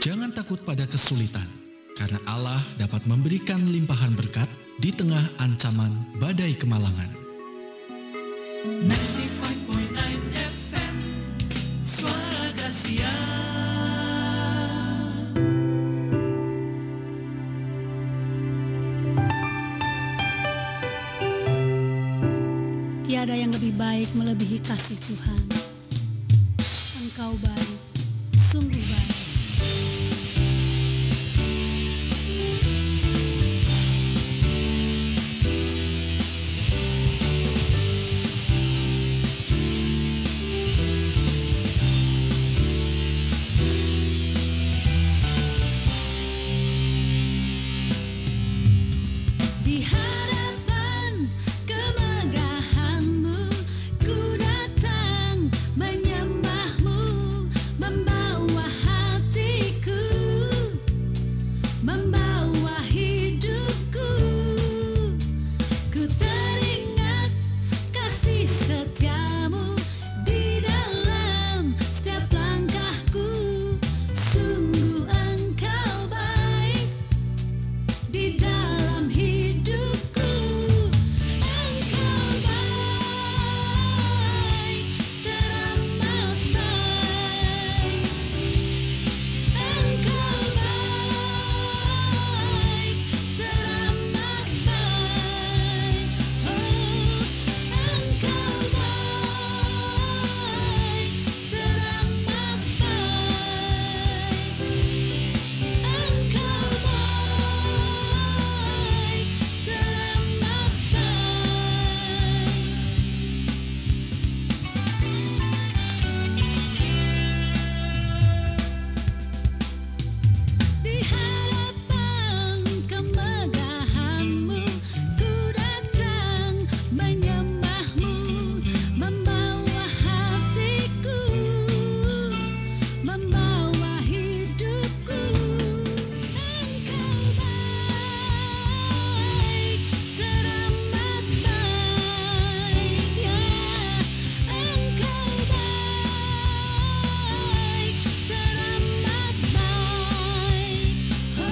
Jangan takut pada kesulitan, karena Allah dapat memberikan limpahan berkat di tengah ancaman badai kemalangan. 95.9 FM Suara Gracia. Tiada yang lebih baik melebihi kasih Tuhan. Engkau baik, sungguh baik. Di hadapan kemegahan-Mu, ku datang menyembah-Mu, membawa hatiku, membawa hidupku. Ku teringat kasih setia-Mu di dalam setiap langkahku. Sungguh Engkau baik di dalam hidupku. Engkau baik, teramat baik. Engkau baik, teramat baik. Oh, Engkau baik, teramat baik. Engkau baik, teramat baik. Di hadapan kemegahan-Mu, ku datang menyembah-Mu, membawa hatiku, membawa hidupku. Engkau baik, teramat baik, ya. Engkau baik, teramat baik. Oh,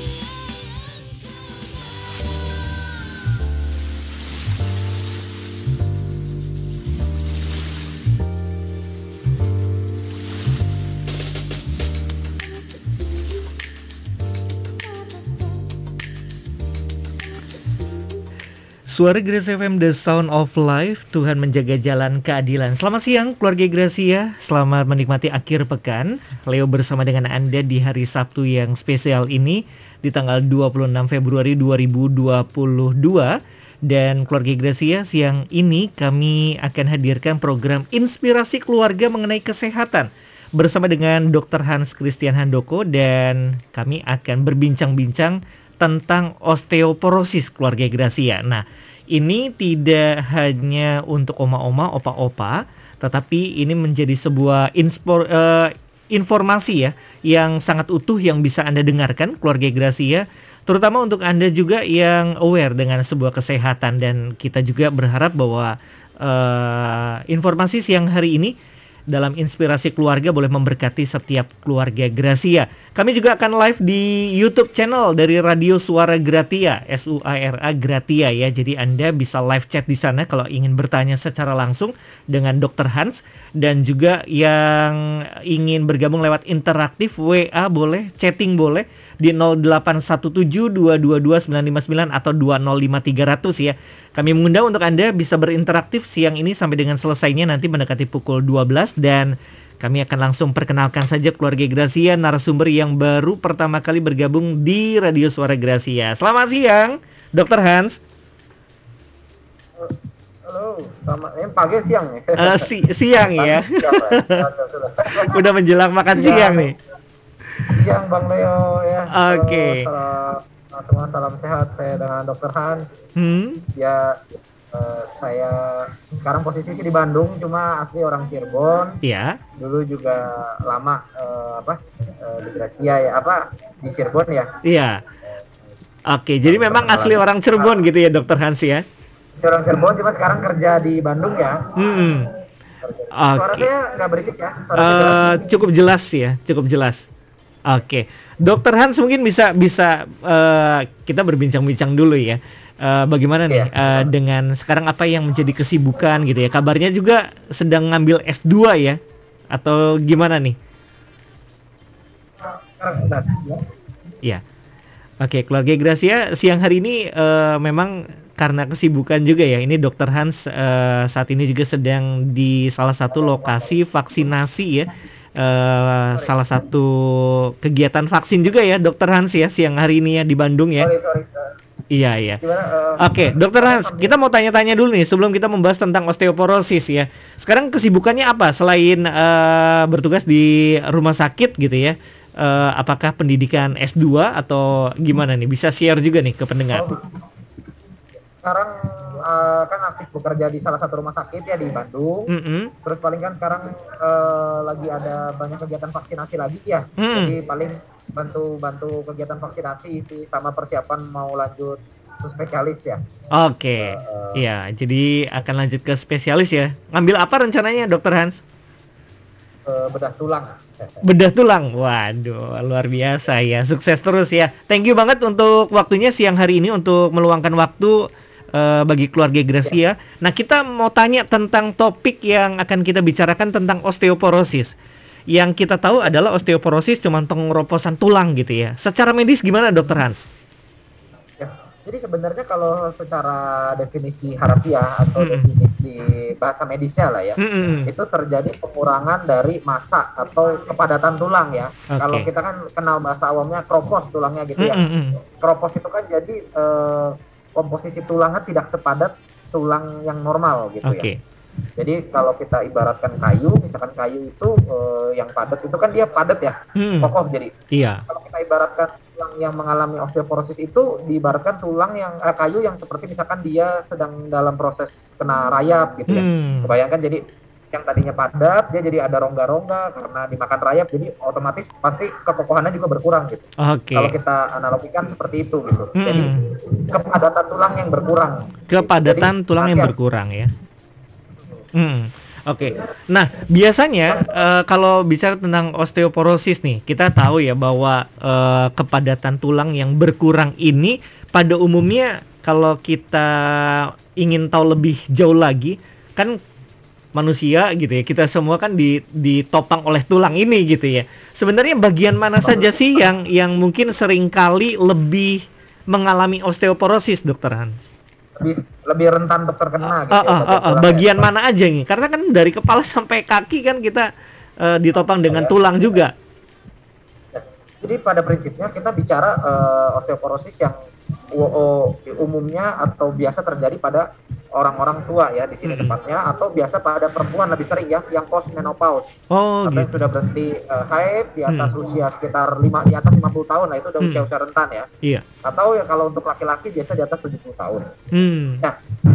Suara Gracia FM, The Sound of Life. Tuhan menjaga jalan keadilan. Selamat siang keluarga Gracia. Selamat menikmati akhir pekan. Leo bersama dengan Anda di hari Sabtu yang spesial ini, di tanggal 26 Februari 2022. Dan keluarga Gracia, siang ini kami akan hadirkan program Inspirasi Keluarga mengenai kesehatan bersama dengan Dr. Hans Christian Handoko, dan kami akan berbincang-bincang tentang osteoporosis keluarga Gracia. Nah, ini tidak hanya untuk oma-oma, opa-opa, tetapi ini menjadi sebuah informasi ya yang sangat utuh yang bisa Anda dengarkan keluarga Gracia, terutama untuk Anda juga yang aware dengan sebuah kesehatan. Dan kita juga berharap bahwa informasi siang hari ini dalam Inspirasi Keluarga boleh memberkati setiap keluarga Gracia. Kami juga akan live di YouTube channel dari Radio Suara Gratia, SUARA Gratia ya. Jadi Anda bisa live chat di sana kalau ingin bertanya secara langsung dengan Dr. Hans, dan juga yang ingin bergabung lewat interaktif, WA boleh, chatting boleh di 0817222959 atau 205300 ya. Kami mengundang untuk Anda bisa berinteraksi siang ini sampai dengan selesainya nanti mendekati pukul 12. Dan kami akan langsung perkenalkan saja keluarga Gracia, narasumber yang baru pertama kali bergabung di Radio Suara Gracia. Selamat siang, Dr. Hans. Halo, selamat pagi siang nih. Siang ya. Udah menjelang makan siang nih. Siang Bang Leo ya. Oke. Semua salam sehat, saya dengan Dr. Han. Ya, saya sekarang posisi di Bandung, cuma asli orang Cirebon. Iya. Dulu juga lama di Gracia ya, di Cirebon ya. Iya. Oke, jadi memang asli orang Cirebon gitu ya Dr. Hans ya. Orang Cirebon, cuma sekarang kerja di Bandung ya. Suara Oke. saya nggak berisik ya? Cukup jelas ya, cukup jelas. Oke, Dokter Hans mungkin bisa kita berbincang-bincang dulu ya. Bagaimana nih dengan sekarang apa yang menjadi kesibukan gitu ya? Kabarnya juga sedang ngambil S2 ya, atau gimana nih? Ya, oke, keluarga Gracia siang hari ini memang karena kesibukan juga ya. Ini Dokter Hans saat ini juga sedang di salah satu lokasi vaksinasi ya. Salah satu kegiatan vaksin juga ya Dokter Hans ya siang hari ini ya di Bandung ya. Iya iya. Oke, Dokter Hans, kita mau tanya-tanya dulu nih sebelum kita membahas tentang osteoporosis ya. Sekarang kesibukannya apa selain bertugas di rumah sakit gitu ya? Apakah pendidikan S2 atau gimana nih? Bisa share juga nih ke pendengar. Sekarang kan aktif bekerja di salah satu rumah sakit ya di Bandung. Terus paling kan sekarang lagi ada banyak kegiatan vaksinasi lagi ya. Jadi paling bantu kegiatan vaksinasi sih sama persiapan mau lanjut ke spesialis ya. Oke. Iya, jadi akan lanjut ke spesialis ya. Ngambil apa rencananya Dokter Hans? Bedah tulang. Bedah tulang. Waduh, luar biasa ya. Sukses terus ya. Thank you banget untuk waktunya siang hari ini untuk meluangkan waktu bagi keluarga Gracia. Nah, kita mau tanya tentang topik yang akan kita bicarakan tentang osteoporosis. Yang kita tahu adalah osteoporosis cuma pengeroposan tulang gitu ya. Secara medis gimana Dokter Hans? Ya, jadi sebenarnya kalau secara definisi harfiah atau definisi bahasa medisnya lah ya, itu terjadi pengurangan dari massa atau kepadatan tulang ya. Kalau kita kan kenal bahasa awamnya kropos tulangnya gitu ya. Kropos itu kan jadi komposisi tulangnya tidak sepadat tulang yang normal gitu ya. Jadi kalau kita ibaratkan kayu, misalkan kayu itu yang padat itu kan dia padat ya, kokoh jadi. Iya. Kalau kita ibaratkan tulang yang mengalami osteoporosis itu diibaratkan tulang yang kayu yang seperti misalkan dia sedang dalam proses kena rayap gitu ya. Kebayangkan jadi yang tadinya padat dia jadi ada rongga-rongga karena dimakan rayap, jadi otomatis pasti kekokohannya juga berkurang gitu. Kalau kita analogikan seperti itu gitu. Jadi kepadatan tulang yang berkurang. Kepadatan jadi, tulang yang berkurang ya. Oke. Nah, biasanya kalau bicara tentang osteoporosis nih, kita tahu ya bahwa kepadatan tulang yang berkurang ini pada umumnya kalau kita ingin tahu lebih jauh lagi, kan manusia gitu ya, kita semua kan ditopang oleh tulang ini gitu ya. Sebenarnya bagian mana saja sih yang mungkin seringkali lebih mengalami osteoporosis, Dokter Hans? Lebih rentan untuk terkena gitu. Bagian mana aja nih? Karena kan dari kepala sampai kaki kan kita ditopang dengan tulang juga. Jadi pada prinsipnya kita bicara osteoporosis yang umumnya atau biasa terjadi pada orang-orang tua ya di sini tepatnya, atau biasa pada perempuan lebih sering ya yang post menopause. Atau yang sudah berhenti haid di atas usia sekitar di atas 50 tahun lah, itu udah usia rentan ya. Iya. Atau ya kalau untuk laki-laki biasa di atas 70 tahun. Nah,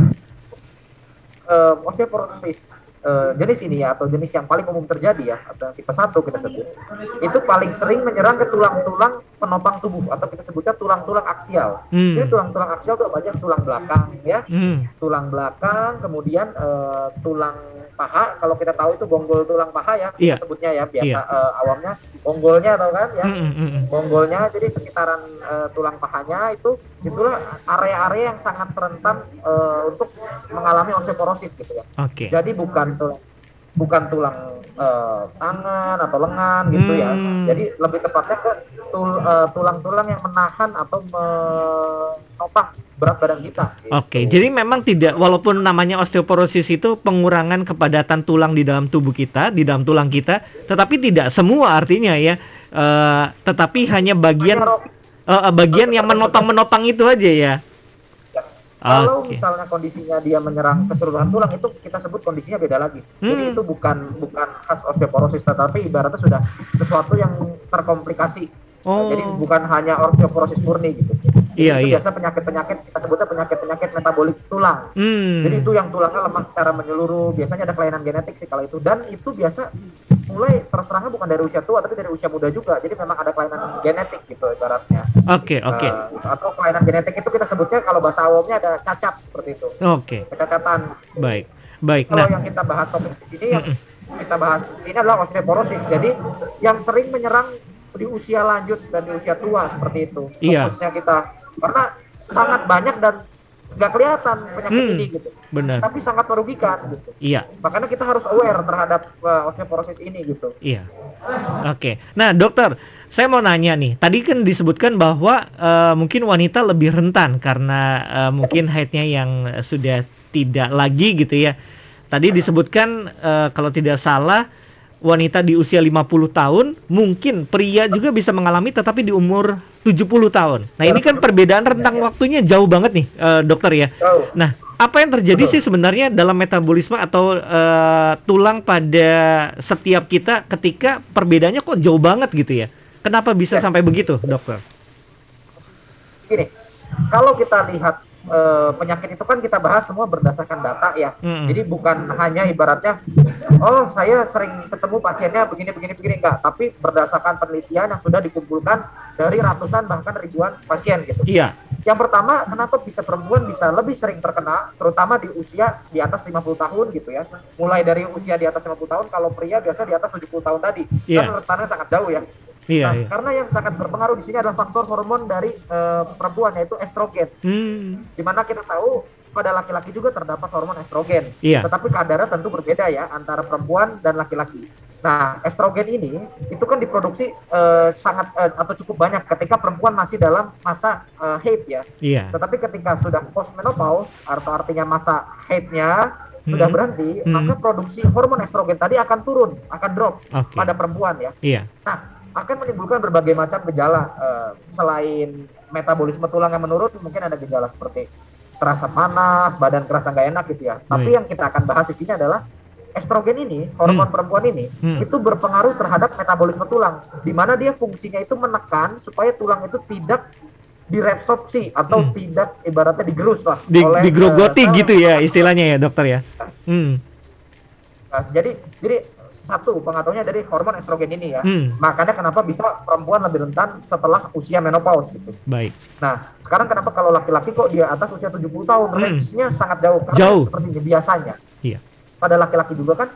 osteoporosis jenis ini ya, atau jenis yang paling umum terjadi ya, atau tipe 1 kita sebut, itu paling sering menyerang ke tulang-tulang penopang tubuh atau kita sebutnya tulang-tulang aksial. Jadi tulang-tulang aksial itu banyak tulang belakang ya, tulang belakang, kemudian tulang paha. Kalau kita tahu itu bonggol tulang paha ya, kita sebutnya ya biasa awamnya bonggolnya, tahu kan ya, bonggolnya. Jadi sekitaran tulang pahanya itulah area-area yang sangat rentan untuk mengalami osteoporosis gitu ya. Jadi bukan tulang tangan atau lengan gitu ya. Jadi lebih tepatnya ke tulang-tulang yang menahan atau menopang berat badan kita. Gitu. Jadi memang tidak, walaupun namanya osteoporosis itu pengurangan kepadatan tulang di dalam tubuh kita, di dalam tulang kita, tetapi tidak semua artinya ya. Tetapi hanya bagian yang menopang itu aja ya. Kalau misalnya kondisinya dia menyerang keseluruhan tulang, itu kita sebut kondisinya beda lagi. Jadi itu bukan khas osteoporosis, tetapi ibaratnya sudah sesuatu yang terkomplikasi. Jadi bukan hanya osteoporosis murni gitu. Itu biasa penyakit-penyakit, kita sebutnya penyakit-penyakit metabolik tulang. Jadi itu yang tulangnya lemah secara menyeluruh. Biasanya ada kelainan genetik sih kalau itu, dan itu biasa mulai terserangnya bukan dari usia tua tapi dari usia muda juga. Jadi memang ada kelainan genetik gitu ibaratnya. Atau kelainan genetik itu kita sebutnya kalau bahasa awamnya ada cacat seperti itu. Kecacatan. Baik. Kalau yang kita bahas topik di sini yang kita bahas ini adalah osteoporosis. Jadi yang sering menyerang di usia lanjut dan di usia tua seperti itu. Iya. Fokusnya kita karena sangat banyak dan nggak kelihatan penyakit ini gitu. Benar. Tapi sangat merugikan gitu. Iya. Makanya kita harus aware terhadap osteoporosis ini gitu. Iya. Oke. Nah, dokter, saya mau nanya nih. Tadi kan disebutkan bahwa mungkin wanita lebih rentan karena mungkin haidnya yang sudah tidak lagi gitu ya. Tadi disebutkan kalau tidak salah wanita di usia 50 tahun, mungkin pria juga bisa mengalami tetapi di umur 70 tahun. Nah, ini kan perbedaan rentang waktunya jauh banget nih, dokter ya. Nah, apa yang terjadi sih sebenarnya dalam metabolisme atau tulang pada setiap kita ketika perbedaannya kok jauh banget gitu ya? Kenapa bisa sampai begitu, dokter? Gini, kalau kita lihat penyakit itu kan kita bahas semua berdasarkan data ya. Jadi bukan hanya ibaratnya, oh saya sering ketemu pasiennya begini enggak, tapi berdasarkan penelitian yang sudah dikumpulkan dari ratusan bahkan ribuan pasien gitu. Iya. Yang pertama, kenapa bisa perempuan bisa lebih sering terkena, terutama di usia di atas 50 tahun gitu ya. Mulai dari usia di atas 50 tahun, kalau pria biasa di atas 70 tahun tadi. Kan rentannya sangat jauh ya. Iya, nah, karena yang sangat berpengaruh di sini adalah faktor hormon dari perempuan, yaitu estrogen. Dimana kita tahu pada laki-laki juga terdapat hormon estrogen. Tetapi kadarnya tentu berbeda ya antara perempuan dan laki-laki. Nah, estrogen ini itu kan diproduksi sangat atau cukup banyak ketika perempuan masih dalam masa haid ya. Tetapi ketika sudah postmenopause atau artinya masa haidnya sudah berhenti, maka produksi hormon estrogen tadi akan turun, akan drop pada perempuan ya. Nah, akan menimbulkan berbagai macam gejala selain metabolisme tulang yang menurun, mungkin ada gejala seperti terasa panas, badan kerasa nggak enak gitu ya. Tapi yang kita akan bahas di sini adalah estrogen ini, hormon perempuan ini, itu berpengaruh terhadap metabolisme tulang, di mana dia fungsinya itu menekan supaya tulang itu tidak diresorpsi atau tidak ibaratnya digerus lah, digrogoti gitu ya istilahnya ya dokter ya. Nah, jadi satu pengaruhnya dari hormon estrogen ini ya. Makanya kenapa bisa perempuan lebih rentan setelah usia menopause gitu. Baik. Nah, sekarang kenapa kalau laki-laki kok di atas usia 70 tahun range-nya sangat jauh, karena seperti biasanya. Pada laki-laki juga kan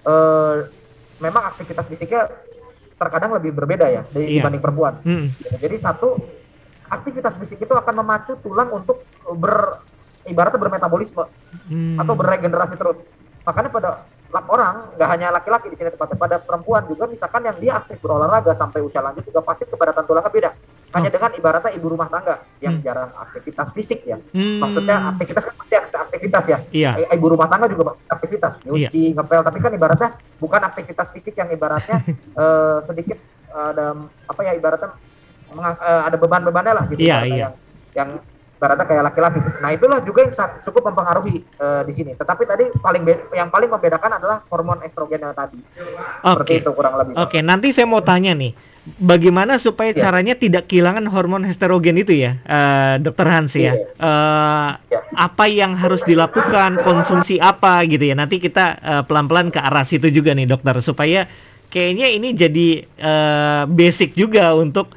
memang aktivitas fisiknya terkadang lebih berbeda ya dibanding perempuan. Jadi satu, aktivitas fisik itu akan memacu tulang untuk ibaratnya bermetabolisme atau beregenerasi terus. Makanya pada orang, nggak hanya laki-laki di sini tepatnya, pada perempuan juga misalkan yang dia aktif berolahraga sampai usia lanjut juga pasti kepadatan tulangnya beda. Hanya dengan ibaratnya ibu rumah tangga yang jarang aktivitas fisik ya. Maksudnya aktivitas kan pasti aktivitas ya. Ibu rumah tangga juga aktivitas, nyuci, ngepel, tapi kan ibaratnya bukan aktivitas fisik yang ibaratnya sedikit ada apa ya, ibaratnya ada beban-bebannya lah gitu. Yang ibaratnya kayak laki-laki. Nah, itulah juga yang cukup mempengaruhi di sini. Tetapi tadi yang paling membedakan adalah hormon estrogen yang tadi. Seperti itu kurang lebih. Nanti saya mau tanya nih, bagaimana supaya caranya tidak kehilangan hormon estrogen itu ya, Dokter Hans ya? Apa yang harus dilakukan, konsumsi apa gitu ya? Nanti kita pelan-pelan ke arah situ juga nih, dokter, supaya kayaknya ini jadi basic juga untuk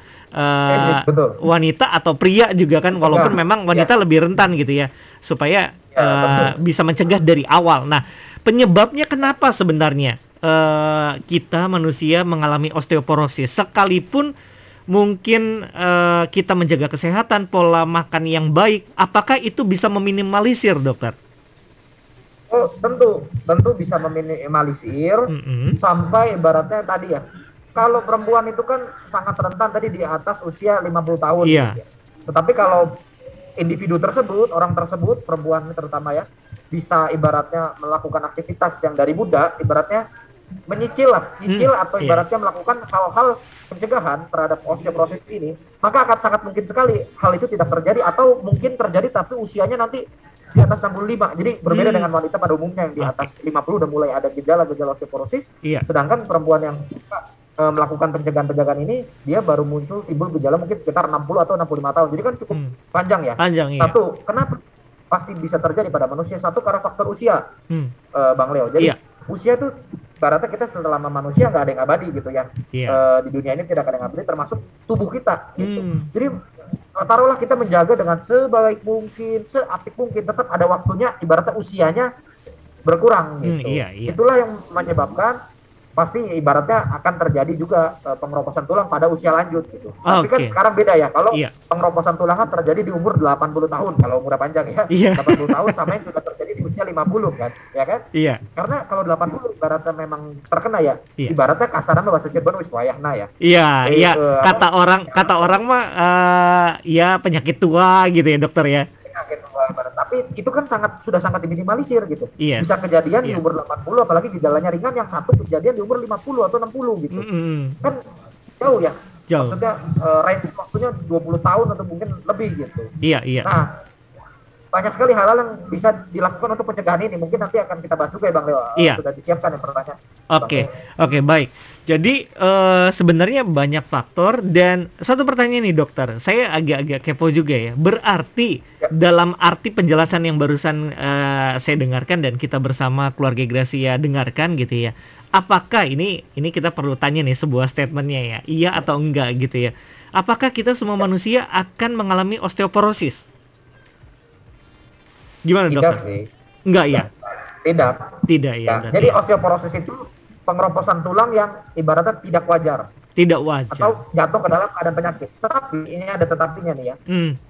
wanita atau pria juga kan, walaupun memang wanita lebih rentan gitu ya, supaya bisa mencegah dari awal. Nah, penyebabnya kenapa sebenarnya kita manusia mengalami osteoporosis, sekalipun mungkin kita menjaga kesehatan, pola makan yang baik, apakah itu bisa meminimalisir, dokter? Oh, tentu bisa meminimalisir sampai ibaratnya tadi ya. Kalau perempuan itu kan sangat rentan tadi di atas usia 50 tahun. Gitu ya. Tetapi kalau individu tersebut, orang tersebut, perempuan terutama ya, bisa ibaratnya melakukan aktivitas yang dari muda, ibaratnya menyicil atau ibaratnya melakukan hal-hal pencegahan terhadap osteoporosis ini, maka akan sangat mungkin sekali hal itu tidak terjadi, atau mungkin terjadi tapi usianya nanti di atas 65. Jadi berbeda dengan wanita pada umumnya yang di atas 50 udah mulai ada gejala-gejala osteoporosis. Sedangkan perempuan yang melakukan pencegahan ini, dia baru muncul timbul gejala mungkin sekitar 60 atau 65 tahun. Jadi kan cukup panjang ya. Satu, kenapa pasti bisa terjadi pada manusia? Satu, karena faktor usia, Bang Leo. Jadi usia itu ibaratnya kita selama manusia nggak ada yang abadi gitu ya. Di dunia ini tidak ada yang abadi, termasuk tubuh kita gitu. Jadi taruhlah kita menjaga dengan sebaik mungkin, seapik mungkin, tetap ada waktunya ibaratnya usianya berkurang gitu. Itulah yang menyebabkan pasti ibaratnya akan terjadi juga pengeroposan tulang pada usia lanjut gitu. Tapi kan sekarang beda ya. Kalau pengeroposan tulang kan terjadi di umur 80 tahun kalau umurnya panjang ya. 80 tahun sama yang sudah terjadi di usia 50 kan, ya kan? Iya. Karena kalau 80 ibaratnya memang terkena ya. Ibaratnya kasarannya bahasa Cirebon wis wayahna ya. Iya. Kata orang mah ya penyakit tua gitu ya, dokter ya. Tapi itu kan sudah sangat diminimalisir gitu. Bisa kejadian di umur 80 apalagi gejalanya ringan, yang satu kejadian di umur 50 atau 60 gitu. Kan jauh ya. Maksudnya range waktunya 20 tahun atau mungkin lebih gitu. Iya. Nah, banyak sekali hal-hal yang bisa dilakukan untuk pencegahan ini. Mungkin nanti akan kita bahas juga ya Bang Leo. Sudah disiapkan ya pertanyaan. Oke, baik. Jadi sebenarnya banyak faktor, dan satu pertanyaan nih dokter, saya agak-agak kepo juga ya. Berarti dalam arti penjelasan yang barusan saya dengarkan dan kita bersama keluarga Gracia dengarkan gitu ya. Apakah ini kita perlu tanya nih sebuah statementnya ya, iya atau enggak gitu ya. Apakah kita semua manusia akan mengalami osteoporosis? Gimana dokter? Enggak ya? Tidak ya. Jadi osteoporosis itu pengeroposan tulang yang ibaratnya tidak wajar. Tidak wajar. Atau jatuh ke dalam keadaan penyakit. Tetapi ini ada tetapinya nih ya.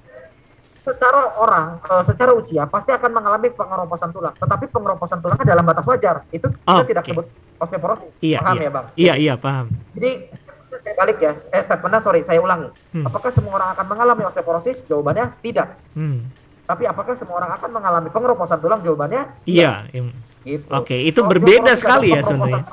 Secara usia pasti akan mengalami pengeroposan tulang. Tetapi pengeroposan tulangnya dalam batas wajar. Itu kita tidak sebut osteoporosis. Paham ya Bang? Iya, paham. Jadi saya balik ya. Saya ulangi. Apakah semua orang akan mengalami osteoporosis? Jawabannya tidak. Tapi apakah semua orang akan mengalami pengeroposan tulang? Jawabannya iya. Gitu. Oke, itu berbeda sekali ya sebenarnya.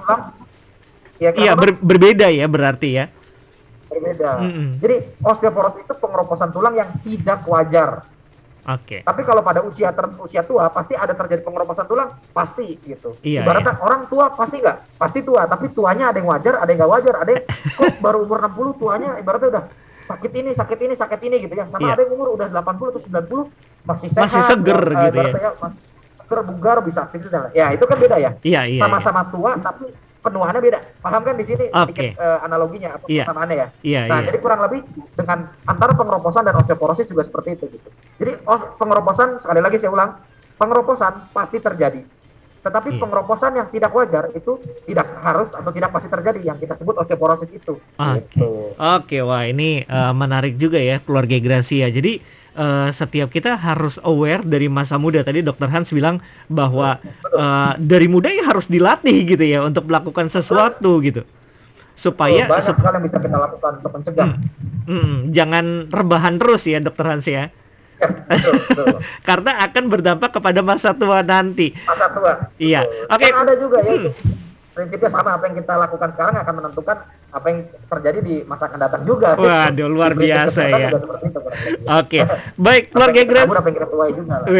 Iya, berbeda ya berarti ya. Berbeda. Jadi osteoporosis itu pengeroposan tulang yang tidak wajar. Tapi kalau pada usia tua pasti ada terjadi pengeroposan tulang, pasti gitu. Ibaratnya orang tua pasti nggak? Pasti tua, tapi tuanya ada yang wajar, ada yang nggak wajar, ada yang kok baru umur 60 tuanya ibaratnya udah sakit ini gitu ya. Sama ada yang umur udah 80 atau 90 masih sehat, masih seger gitu ya. Seger, bugar, bisa aktif dan ya itu kan beda ya. Sama-sama tua tapi penuhannya beda. Paham kan di sini sedikit analoginya atau persamaannya ya. Jadi kurang lebih dengan antara pengeroposan dan osteoporosis juga seperti itu gitu. Jadi pengeroposan, sekali lagi saya ulang, pengeroposan pasti terjadi. Tetapi pengeroposan yang tidak wajar itu tidak harus atau tidak pasti terjadi, yang kita sebut osteoporosis itu. Oke, wah ini menarik juga ya keluarga Gracia. Jadi setiap kita harus aware dari masa muda. Tadi Dr. Hans bilang bahwa dari muda ya harus dilatih gitu ya untuk melakukan sesuatu gitu. Supaya banyak sekali yang bisa kita lakukan untuk mencegah. Jangan rebahan terus ya Dr. Hans ya. Betul. Karena akan berdampak kepada masa tua nanti. Masa tua. Iya. Oke. Kan ada juga ya. Prinsipnya sama, apa yang kita lakukan sekarang akan menentukan apa yang terjadi di masa akan datang juga. Waduh, luar biasa ya. Oke. Baik, keluarga Gracia. Apa yang kita tuai juga lah.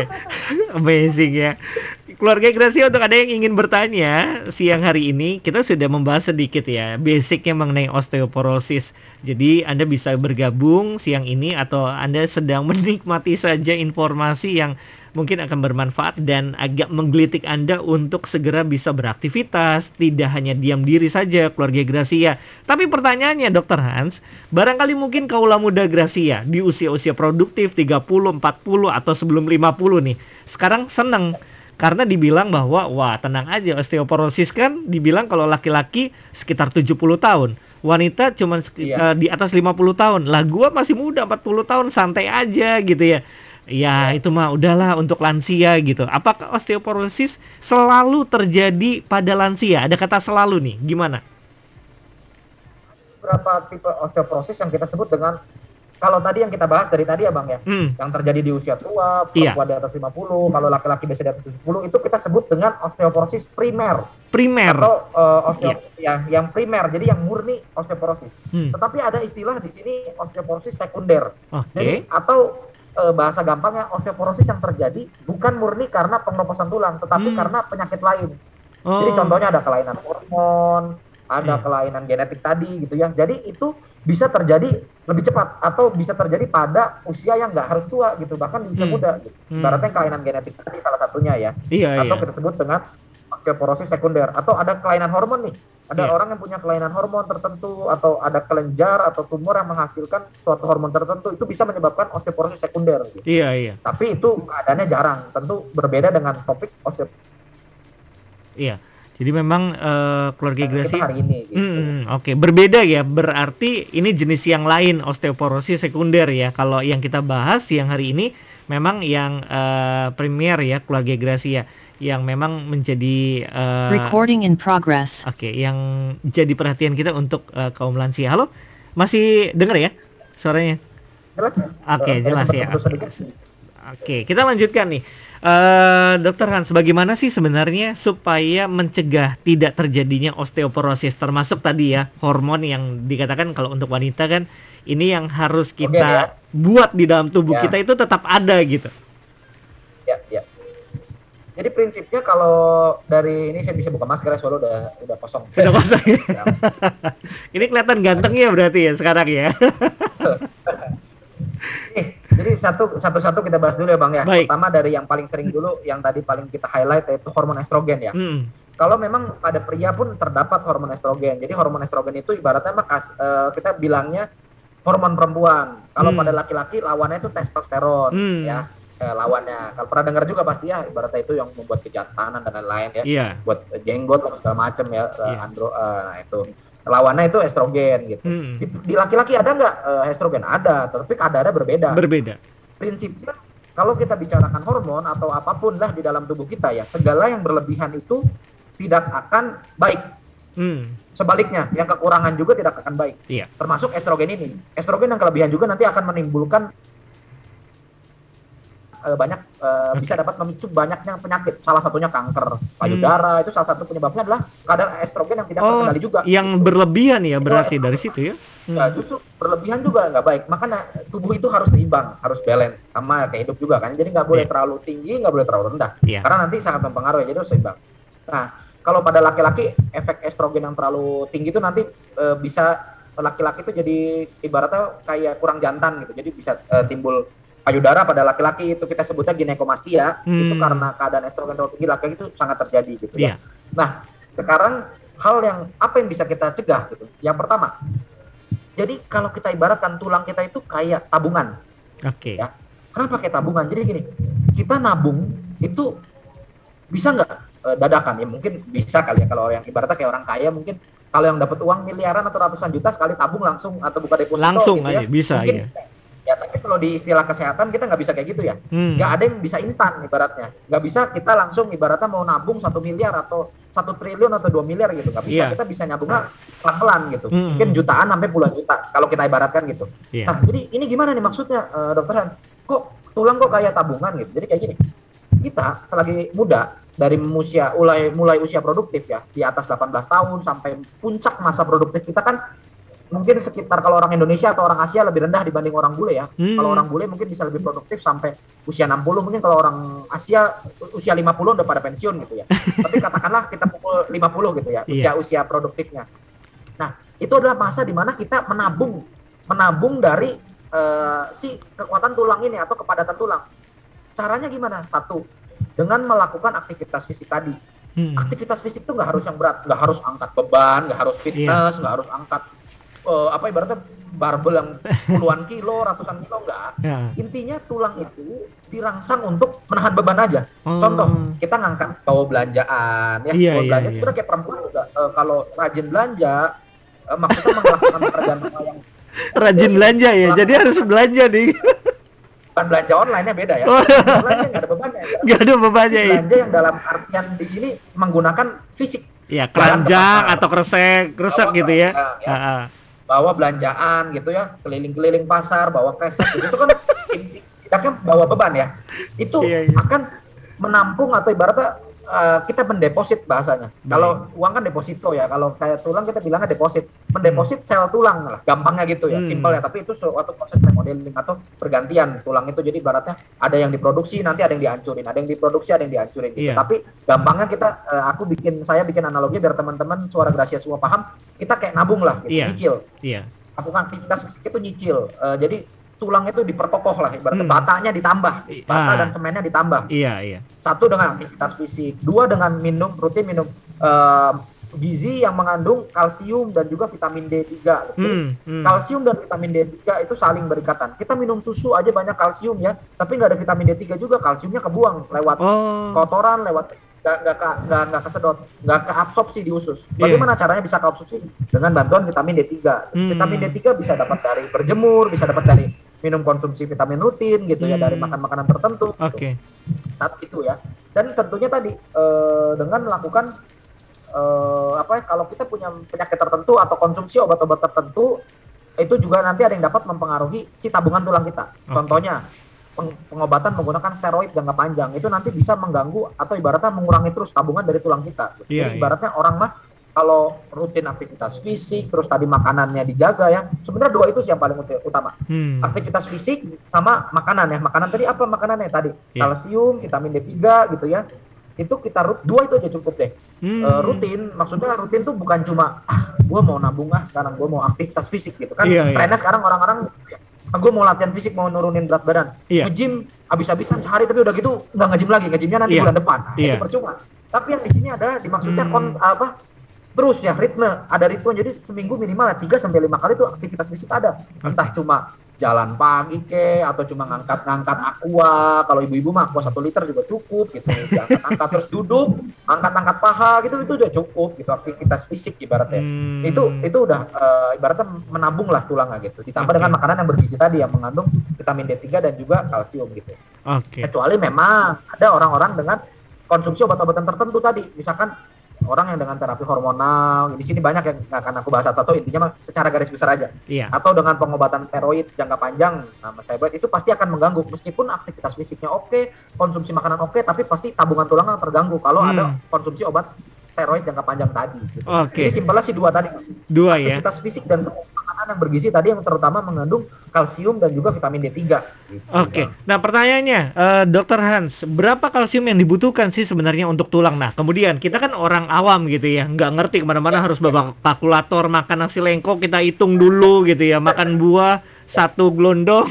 Amazing ya. Keluarga Gracia, untuk ada yang ingin bertanya siang hari ini, kita sudah membahas sedikit ya basicnya mengenai osteoporosis. Jadi Anda bisa bergabung siang ini atau Anda sedang menikmati saja informasi yang mungkin akan bermanfaat dan agak menggelitik Anda untuk segera bisa beraktivitas, tidak hanya diam diri saja keluarga Gracia. Tapi pertanyaannya Dr. Hans, barangkali mungkin kaula muda Gracia di usia-usia produktif 30, 40 atau sebelum 50 nih, sekarang seneng karena dibilang bahwa wah tenang aja, osteoporosis kan dibilang kalau laki-laki sekitar 70 tahun, wanita cuma di atas 50 tahun. Lah gua masih muda 40 tahun, santai aja gitu ya. Ya itu mah udahlah untuk lansia gitu. Apakah osteoporosis selalu terjadi pada lansia? Ada kata selalu nih, gimana? Beberapa tipe osteoporosis yang kita sebut dengan, kalau tadi yang kita bahas dari tadi ya Bang ya, yang terjadi di usia tua, perempuan di atas 50, kalau laki-laki biasa di atas 70, itu kita sebut dengan osteoporosis primer. Atau yang primer, jadi yang murni osteoporosis. Tetapi ada istilah di sini osteoporosis sekunder. Jadi atau bahasa gampangnya osteoporosis yang terjadi bukan murni karena pengeroposan tulang, tetapi karena penyakit lain. Jadi contohnya ada kelainan hormon, ada kelainan genetik tadi gitu ya. Jadi itu bisa terjadi lebih cepat atau bisa terjadi pada usia yang nggak harus tua gitu, bahkan di usia muda. Gitu. Ibaratnya kelainan genetik tadi salah satunya ya. Atau kita sebut dengan osteoporosis sekunder. Atau ada kelainan hormon nih. Ada orang yang punya kelainan hormon tertentu, atau ada kelenjar atau tumor yang menghasilkan suatu hormon tertentu, itu bisa menyebabkan osteoporosis sekunder. Gitu. Tapi itu keadaannya jarang. Tentu berbeda dengan topik osteoporosis. Iya. Jadi memang keluarga Gracia kita hari ini gitu. Oke, berbeda ya. Berarti ini jenis yang lain osteoporosis sekunder ya. Kalau yang kita bahas yang hari ini memang yang premier ya, keluarga Gracia yang memang menjadi Recording in progress. Oke, yang jadi perhatian kita untuk kaum lansia. Halo, masih dengar ya suaranya? Jelas ya? Oke, jelas ya. Oke, kita lanjutkan nih. Dokter Hans, bagaimana sih sebenarnya supaya mencegah tidak terjadinya osteoporosis, termasuk tadi ya hormon yang dikatakan kalau untuk wanita kan ini yang harus kita buat di dalam tubuh kita itu tetap ada gitu. Ya. Jadi prinsipnya kalau dari ini saya bisa buka masker, soalnya udah kosong. Udah kosong. Ini kelihatan ganteng ya berarti ya sekarang ya. Jadi satu-satu kita bahas dulu ya Bang ya. Baik. Pertama dari yang paling sering dulu, yang tadi paling kita highlight yaitu hormon estrogen ya. Kalau memang pada pria pun terdapat hormon estrogen. Jadi hormon estrogen itu ibaratnya kita bilangnya hormon perempuan. Kalau pada laki-laki lawannya itu testosteron ya. Lawannya. Kalau pernah dengar juga pasti ya, ibaratnya itu yang membuat kejantanan dan lain-lain ya. Iya. Buat jenggot dan segala macam ya. Nah itu. Lawannya itu estrogen gitu. Di laki-laki ada nggak estrogen? Ada, tapi kadarnya berbeda. Prinsipnya kalau kita bicarakan hormon atau apapun lah di dalam tubuh kita ya, segala yang berlebihan itu tidak akan baik. Sebaliknya, yang kekurangan juga tidak akan baik. Iya. Termasuk estrogen ini. Estrogen yang kelebihan juga nanti akan menimbulkan bisa dapat memicu banyaknya penyakit, salah satunya kanker payudara. Itu salah satu penyebabnya adalah kadar estrogen yang tidak terkendali juga. Yang berlebihan ya berarti dari situ ya. Ya justru berlebihan juga nggak baik. Makanya tubuh itu harus seimbang, harus balance, sama kayak hidup juga kan. Jadi nggak boleh terlalu tinggi, nggak boleh terlalu rendah, karena nanti sangat mempengaruhi. Jadi harus seimbang. Nah kalau pada laki-laki efek estrogen yang terlalu tinggi itu nanti bisa laki-laki itu jadi ibaratnya kayak kurang jantan gitu. Jadi bisa timbul payudara pada laki-laki, itu kita sebutnya ginekomastia. Itu karena keadaan estrogen terlalu tinggi laki-laki itu sangat terjadi gitu ya. Nah sekarang hal yang apa yang bisa kita cegah gitu. Yang pertama, jadi kalau kita ibaratkan tulang kita itu kayak tabungan. Ya. Kenapa kayak tabungan? Jadi gini, kita nabung itu bisa nggak dadakan? Ya mungkin bisa kali ya, kalau yang ibaratnya kayak orang kaya mungkin kalau yang dapat uang miliaran atau ratusan juta sekali tabung langsung atau buka deposito langsung gitu aja bisa mungkin, ya. Tapi kalau di istilah kesehatan kita nggak bisa kayak gitu ya. Nggak ada yang bisa instan ibaratnya. Nggak bisa kita langsung ibaratnya mau nabung 1 miliar atau 1 triliun atau 2 miliar gitu. Nggak bisa. Kita bisa nyabungnya pelan-pelan gitu. Mungkin jutaan sampai puluhan juta kalau kita ibaratkan gitu. Nah jadi ini gimana nih maksudnya Dokter Han? Kok tulang kok kayak tabungan gitu? Jadi kayak gini. Kita selagi muda dari mulai usia produktif ya, di atas 18 tahun sampai puncak masa produktif kita kan mungkin sekitar, kalau orang Indonesia atau orang Asia lebih rendah dibanding orang bule ya. Kalau orang bule mungkin bisa lebih produktif sampai usia 60, mungkin kalau orang Asia usia 50 udah pada pensiun gitu ya. Tapi katakanlah kita pukul 50 gitu ya, usia produktifnya. Nah, itu adalah masa di mana kita menabung dari si kekuatan tulang ini atau kepadatan tulang. Caranya gimana? Satu, dengan melakukan aktivitas fisik tadi. Aktivitas fisik itu nggak harus yang berat, nggak harus angkat beban, nggak harus fitness, nggak harus angkat ibaratnya barbel yang puluhan kilo, ratusan kilo, enggak. Intinya tulang itu dirangsang untuk menahan beban aja. Contoh, kita ngangkat bawa belanjaan ya, bawa belanja itu kayak perempuan juga. Kalau rajin belanja, maksudnya melakukan pekerjaan yang rajin belanja ya, jadi harus belanja nih. Bukan belanja online-nya beda ya. Online nggak ada bebannya. Nggak ada bebannya. Belanja yang dalam artian di sini menggunakan fisik. Ya, keranjang atau kresek gitu ya. Bawa belanjaan gitu ya, keliling-keliling pasar, bawa kresek gitu. Itu kan tidaknya bawa beban ya. Itu akan menampung atau ibaratnya kita mendeposit bahasanya. Kalau uang kan deposito ya, kalau kayak tulang kita bilangnya deposit. Mendeposit sel tulang lah, gampangnya gitu ya, simpel ya. Tapi itu suatu proses remodeling atau pergantian tulang itu. Jadi ibaratnya ada yang diproduksi, nanti ada yang dihancurin, ada yang diproduksi, ada yang dihancurin gitu. Tapi gampangnya kita, saya bikin analogi biar teman-teman Suara Gracia semua paham. Kita kayak nabung lah, gitu, nyicil. Lakukan aktivitas fisik itu nyicil. Jadi tulang itu diperkokoh lah, ibaratnya batanya ditambah, bata dan semennya ditambah. Satu dengan aktivitas fisik, dua dengan rutin minum gizi yang mengandung kalsium dan juga vitamin D3. Kalsium dan vitamin D3 itu saling berikatan. Kita minum susu aja banyak kalsium ya, tapi nggak ada vitamin D3 juga, kalsiumnya kebuang lewat kotoran, lewat nggak kesedot, nggak keabsorpsi di usus. Bagaimana caranya bisa keabsorpsi? Dengan bantuan vitamin D3. Vitamin D3 bisa dapat dari berjemur, bisa dapat dari minum konsumsi vitamin rutin gitu ya, dari makan makanan tertentu. Oke. Saat itu ya. Dan tentunya tadi dengan melakukan kalau kita punya penyakit tertentu atau konsumsi obat-obat tertentu, itu juga nanti ada yang dapat mempengaruhi si tabungan tulang kita. Contohnya pengobatan menggunakan steroid jangka panjang itu nanti bisa mengganggu atau ibaratnya mengurangi terus tabungan dari tulang kita. Jadi ibaratnya orang mah kalau rutin aktivitas fisik, terus tadi makanannya dijaga ya. Sebenarnya dua itu sih yang paling utama. Aktivitas fisik sama makanan ya. Makanan tadi apa makanannya tadi? Kalsium, vitamin D3 gitu ya. Itu kita dua itu aja cukup deh. Rutin, maksudnya rutin tuh bukan cuma gue mau nabung sekarang gue mau aktivitas fisik gitu kan. Trennya sekarang orang-orang gue mau latihan fisik, mau nurunin berat badan, nge-gym habis-habisan sehari tapi udah gitu nggak nge-gym lagi, nge-gymnya nanti bulan depan. Itu percuma. Tapi yang di sini ada dimaksudnya terus ya ritme, ada ritme, jadi seminggu minimal 3-5 kali tuh aktivitas fisik ada. Entah cuma jalan pagi atau cuma ngangkat aqua, kalau ibu-ibu mah aqua 1 liter juga cukup gitu, angkat terus duduk, angkat paha gitu, itu udah cukup gitu, aktivitas fisik ibaratnya. Itu udah ibaratnya menabung lah tulangnya gitu, ditambah dengan makanan yang bergizi tadi yang mengandung vitamin D3 dan juga kalsium gitu. Kecuali memang ada orang-orang dengan konsumsi obat-obatan tertentu tadi, misalkan orang yang dengan terapi hormonal, di sini banyak yang nggak akan aku bahas satu, intinya secara garis besar aja. Atau dengan pengobatan steroid jangka panjang, steroid itu pasti akan mengganggu, meskipun aktivitas fisiknya oke, konsumsi makanan oke, tapi pasti tabungan tulang akan terganggu kalau ada konsumsi obat steroid jangka panjang tadi. Gitu. Jadi simpelnya sih dua tadi. Aktivitas fisik dan makanan yang bergizi tadi yang terutama mengandung kalsium dan juga vitamin D3. Gitu. Nah pertanyaannya, Dr. Hans, berapa kalsium yang dibutuhkan sih sebenarnya untuk tulang? Nah kemudian kita kan orang awam gitu ya, nggak ngerti kemana-mana harus bawa kalkulator, makan nasi lengko kita hitung dulu gitu ya, makan buah 1 gelondong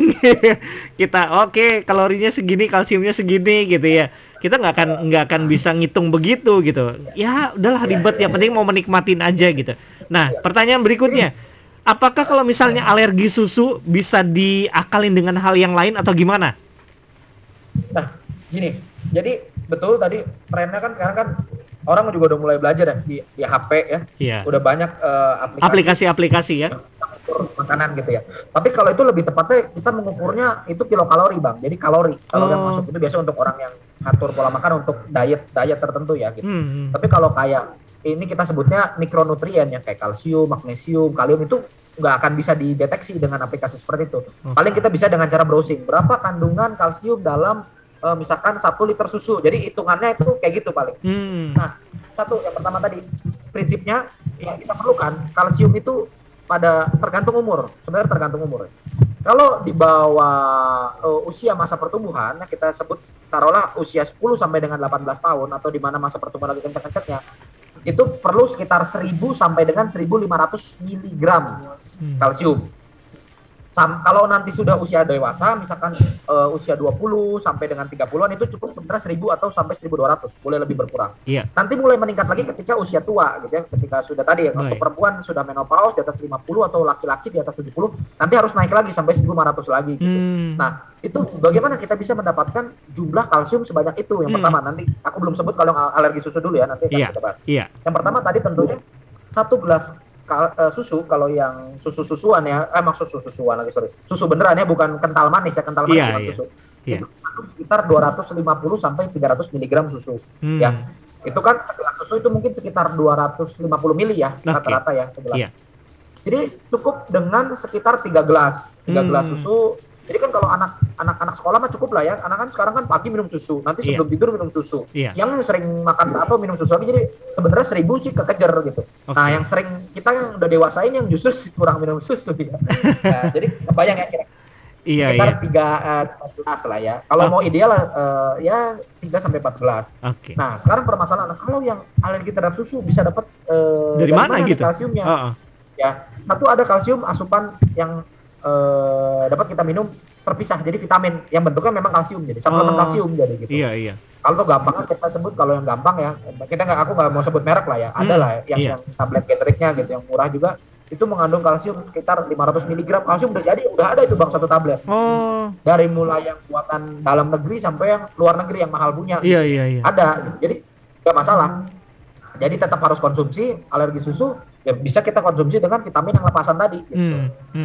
kita kalorinya segini, kalsiumnya segini gitu ya. Kita nggak akan bisa ngitung begitu gitu. Ya udahlah ribet, yang penting mau menikmatin aja gitu. Nah pertanyaan berikutnya, apakah kalau misalnya alergi susu bisa diakalin dengan hal yang lain atau gimana? Nah gini, jadi betul tadi trennya kan sekarang kan orang juga udah mulai belajar ya di HP ya. Udah banyak aplikasi-aplikasi ya. Makanan gitu ya. Tapi kalau itu lebih tepatnya kita mengukurnya itu kilokalori Bang. Jadi kalori yang masuk itu biasa untuk orang yang atur pola makan untuk diet tertentu ya gitu. Tapi kalau kayak ini kita sebutnya mikronutrien ya, kayak kalsium, magnesium, kalium itu nggak akan bisa dideteksi dengan aplikasi seperti itu. Paling kita bisa dengan cara browsing berapa kandungan kalsium dalam misalkan 1 liter susu. Jadi hitungannya itu kayak gitu paling. Nah, yang pertama tadi prinsipnya yang kita perlukan kalsium itu tergantung umur. Sebenarnya tergantung umur. Kalau di bawah usia masa pertumbuhan, kita sebut taruhlah usia 10 sampai dengan 18 tahun atau di mana masa pertumbuhan lagi kencang-kencangnya, itu perlu sekitar 1000 sampai dengan 1500 mg kalsium. Kalau nanti sudah usia dewasa, misalkan usia 20 sampai dengan 30-an itu cukup sebenarnya 1000 atau sampai 1200, boleh lebih berkurang. Nanti mulai meningkat lagi ketika usia tua gitu ya, ketika sudah tadi ya, untuk perempuan sudah menopause di atas 50 atau laki-laki di atas 70, nanti harus naik lagi sampai 1500 lagi gitu. Nah, itu bagaimana kita bisa mendapatkan jumlah kalsium sebanyak itu? Yang pertama, nanti aku belum sebut kalau alergi susu dulu ya, nanti akan kita bahas. Yang pertama tadi tentunya 1 gelas susu, kalau yang susu-susuan ya, susu-susuan lagi, susu beneran ya, bukan kental manis ya, kental manis bukan susu. Itu sekitar 250 sampai 300 mg susu. Ya. Itu kan segelas susu itu mungkin sekitar 250 mili ya, rata-rata ya segelas. Jadi cukup dengan sekitar 3 gelas susu. Jadi kan kalau anak sekolah mah cukup lah ya. Anak kan sekarang kan pagi minum susu, nanti sebelum tidur minum susu. Yang sering makan atau minum susu lagi, jadi sebenarnya 1000 sih kekejar gitu. Nah, yang sering kita yang udah dewasa ini yang justru kurang minum susu ya. Nah, jadi kebayang ya kira-kira sekitar 3 gelas lah ya. Kalau mau ideal ya 3 sampai 4 gelas. Nah, sekarang permasalahan kalau yang alergi terhadap susu bisa dapat dari mana gitu kalsiumnya. Ya, satu ada kalsium asupan yang dapat kita minum terpisah, jadi vitamin yang bentuknya memang kalsium, jadi suplemen kalsium jadi gitu. Kalau gampang kita sebut, kalau yang gampang ya, aku nggak mau sebut merek lah ya, ada lah yang tablet generiknya gitu, yang murah juga itu mengandung kalsium sekitar 500 mg kalsium udah ada itu Bang, 1 tablet. Dari mulai yang buatan dalam negeri sampai yang luar negeri yang mahal punya. Ada. Jadi nggak masalah. Jadi tetap harus konsumsi. Alergi susu ya bisa kita konsumsi dengan vitamin yang lepasan tadi. Gitu.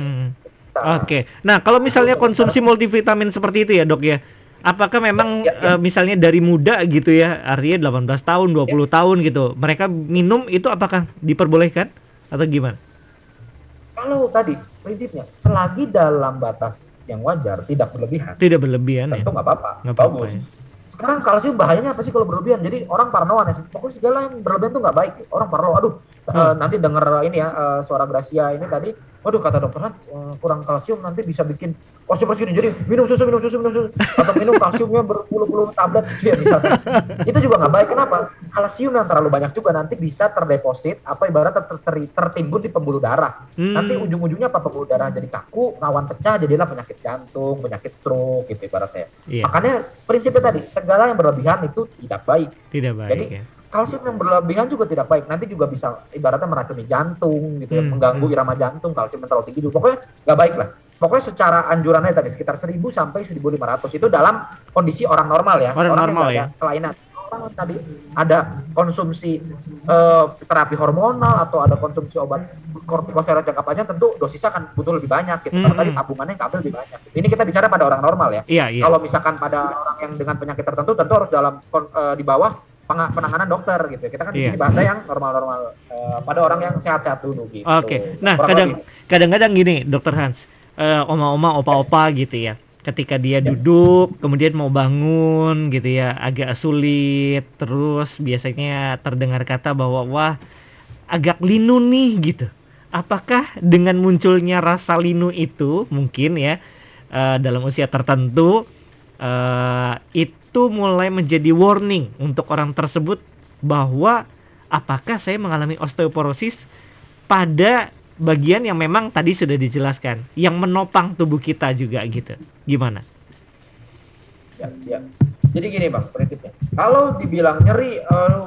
Oke. Nah, kalau misalnya konsumsi multivitamin seperti itu ya, Dok ya. Apakah memang misalnya dari muda gitu ya, artinya 18 tahun, 20 tahun gitu, mereka minum itu apakah diperbolehkan atau gimana? Kalau tadi prinsipnya selagi dalam batas yang wajar, tidak berlebihan. Tidak berlebihan tentu ya. nggak apa-apa. Nggak apa-apa Bagus. ya. Sekarang kalsium bahayanya apa sih kalau berlebihan? Jadi orang parnoan ya. Pokoknya segala yang berlebihan tuh nggak baik. Orang parno. Aduh, nanti denger ini ya suara Gracia ini tadi. Waduh, kata dokter Han, kurang kalsium nanti bisa bikin osteoporosis. Jadi minum susu atau minum kalsiumnya berpuluh-puluh tablet gitu ya misalkan. Itu juga nggak baik. Kenapa? Kalsium yang terlalu banyak juga nanti bisa terdeposit apa ibaratnya tertimbun di pembuluh darah. Nanti ujung-ujungnya apa, pembuluh darah jadi kaku, rawan pecah, jadilah penyakit jantung, penyakit stroke gitu ibaratnya. Makanya prinsipnya tadi, segala yang berlebihan itu tidak baik. Tidak baik. Jadi kalsium yang berlebihan juga tidak baik. Nanti juga bisa ibaratnya meracuni jantung gitu ya, mengganggu irama jantung. Kalsium yang terlalu tinggi juga pokoknya nggak baik lah. Pokoknya secara anjurannya tadi sekitar 1000 sampai 1500 itu dalam kondisi orang normal ya. Orang normal ya. Kelainan. Orang tadi ada konsumsi terapi hormonal atau ada konsumsi obat kortikosteroid jangka panjang, tentu dosisnya akan butuh lebih banyak gitu. Karena tadi tabungannya ngambil lebih banyak. Ini kita bicara pada orang normal ya. Kalau misalkan pada orang yang dengan penyakit tertentu, tentu harus dalam di bawah penanganan dokter gitu. Kita kan di sini bahasa yang normal-normal pada orang yang sehat-sehat dulu gitu. Oke. Nah, kadang-kadang gini, Dokter Hans, oma-oma, opa-opa gitu ya. Ketika dia duduk, kemudian mau bangun gitu ya, agak sulit, terus biasanya terdengar kata bahwa wah, agak linu nih gitu. Apakah dengan munculnya rasa linu itu mungkin ya dalam usia tertentu itu mulai menjadi warning untuk orang tersebut bahwa apakah saya mengalami osteoporosis pada bagian yang memang tadi sudah dijelaskan, yang menopang tubuh kita juga gitu. Gimana? Ya. Jadi gini Bang, prinsipnya. Kalau dibilang nyeri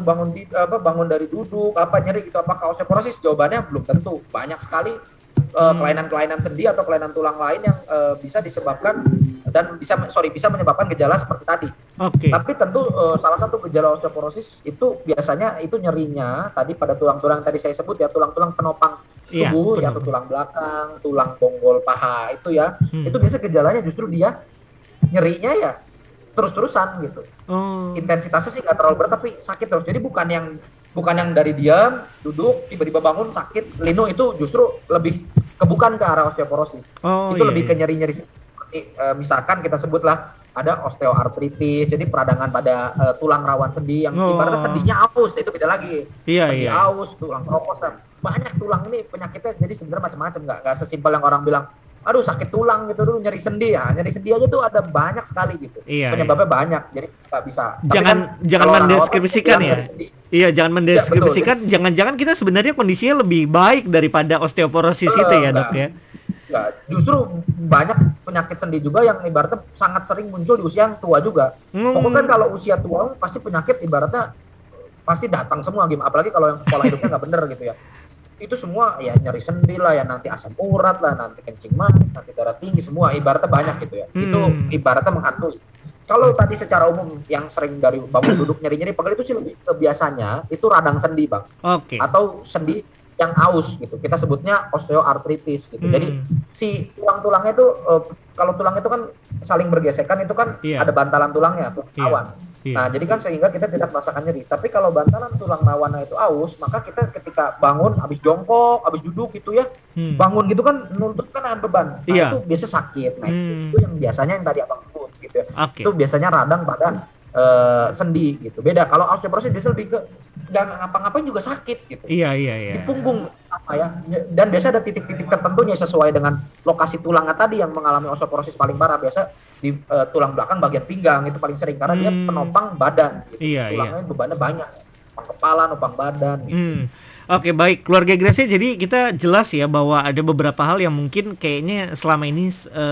bangun dari duduk, nyeri gitu, apakah osteoporosis? Jawabannya belum tentu. Banyak sekali kelainan-kelainan sendi atau kelainan tulang lain yang bisa disebabkan dan bisa menyebabkan gejala seperti tadi. Tapi tentu salah satu gejala osteoporosis itu biasanya itu nyerinya tadi pada tulang-tulang tadi saya sebut ya, tulang-tulang penopang tubuh ya, atau tulang belakang, tulang bonggol paha itu ya. Itu biasa gejalanya justru dia nyerinya ya terus-terusan gitu. Intensitasnya sih nggak terlalu berat tapi sakit terus. Jadi bukan yang dari diam, duduk, tiba-tiba bangun sakit, linu, itu justru lebih bukan ke arah osteoporosis. Itu lebih ke nyeri-nyeri. Misalkan kita sebutlah ada osteoartritis, jadi peradangan pada tulang rawan sendi yang ibaratnya sendinya aus, itu beda lagi. Sendi aus, tulang kropos, banyak tulang ini penyakitnya, jadi sebenarnya macam-macam, nggak sesimpel yang orang bilang aduh sakit tulang gitu dulu, nyeri sendi ya. Nyeri sendi aja tuh ada banyak sekali gitu. Penyebabnya banyak. Jadi nggak bisa. Jangan mendeskripsikan ya. Iya, jangan mendeskripsikan. Jangan-jangan kita sebenarnya kondisinya lebih baik daripada osteoporosis itu ya, Dok ya. Enggak, justru banyak penyakit sendi juga yang ibaratnya sangat sering muncul di usia yang tua juga. Pokoknya kan kalau usia tua pasti penyakit ibaratnya pasti datang semua, apalagi kalau yang pola hidupnya nggak bener gitu ya. Itu semua ya nyeri sendi lah ya, nanti asam urat lah, nanti kencing manis, nanti darah tinggi, semua ibaratnya banyak gitu ya. Itu ibaratnya menghantui. Kalau tadi secara umum yang sering dari bangun duduk nyeri-nyeri pegel itu sih lebih biasanya itu radang sendi Bang. Atau sendi yang aus gitu. Kita sebutnya osteoartritis gitu. Jadi si tulang-tulangnya itu kalau tulang itu kan saling bergesekan, itu kan ada bantalan tulangnya atau rawan. Nah, jadi kan sehingga kita tidak merasakan nyeri. Tapi kalau bantalan tulang rawannya itu aus, maka kita ketika bangun, habis jongkok, habis duduk gitu ya, bangun gitu kan nuntut kan beban. Nah, itu biasa sakit. Nah, itu yang biasanya yang tadi Abang sebut gitu ya. Itu biasanya radang pada sendi gitu. Beda kalau osteoporosis biasa lebih ke nggak ngapa-ngapain juga sakit gitu. Di punggung apa ya. Dan biasa ada titik-titik tertentunya sesuai dengan lokasi tulangnya tadi yang mengalami osteoporosis paling parah. Biasa di tulang belakang bagian pinggang itu paling sering karena dia penopang badan gitu. Tulangnya bebannya banyak. Nopang kepala, nopang badan gitu. Oke, baik, keluarga Gracia, jadi kita jelas ya bahwa ada beberapa hal yang mungkin kayaknya selama ini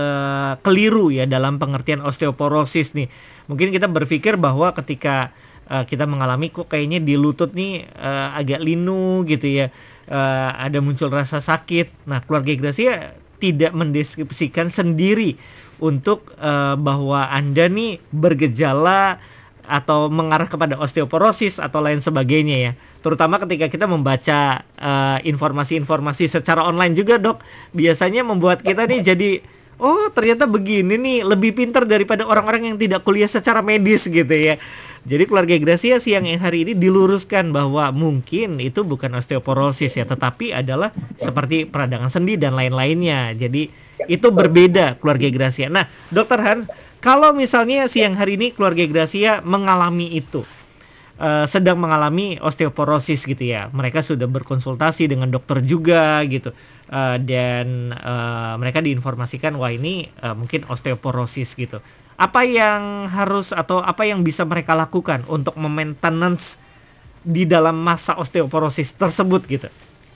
keliru ya dalam pengertian osteoporosis nih. Mungkin kita berpikir bahwa ketika kita mengalami kok kayaknya di lutut nih agak linu gitu ya, ada muncul rasa sakit. Nah, keluarga Gracia tidak mendeskripsikan sendiri untuk bahwa Anda nih bergejala atau mengarah kepada osteoporosis atau lain sebagainya ya. Terutama ketika kita membaca informasi-informasi secara online juga, Dok. Biasanya membuat kita nih jadi, oh ternyata begini nih, lebih pintar daripada orang-orang yang tidak kuliah secara medis gitu ya. Jadi keluarga Gracia siang hari ini diluruskan bahwa mungkin itu bukan osteoporosis ya, tetapi adalah seperti peradangan sendi dan lain-lainnya. Jadi itu berbeda keluarga Gracia. Nah, Dokter Hans, kalau misalnya siang hari ini keluarga Gracia mengalami itu, sedang mengalami osteoporosis gitu ya, mereka sudah berkonsultasi dengan dokter juga gitu, dan mereka diinformasikan wah ini mungkin osteoporosis gitu. Apa yang harus atau apa yang bisa mereka lakukan untuk memaintenance di dalam masa osteoporosis tersebut gitu?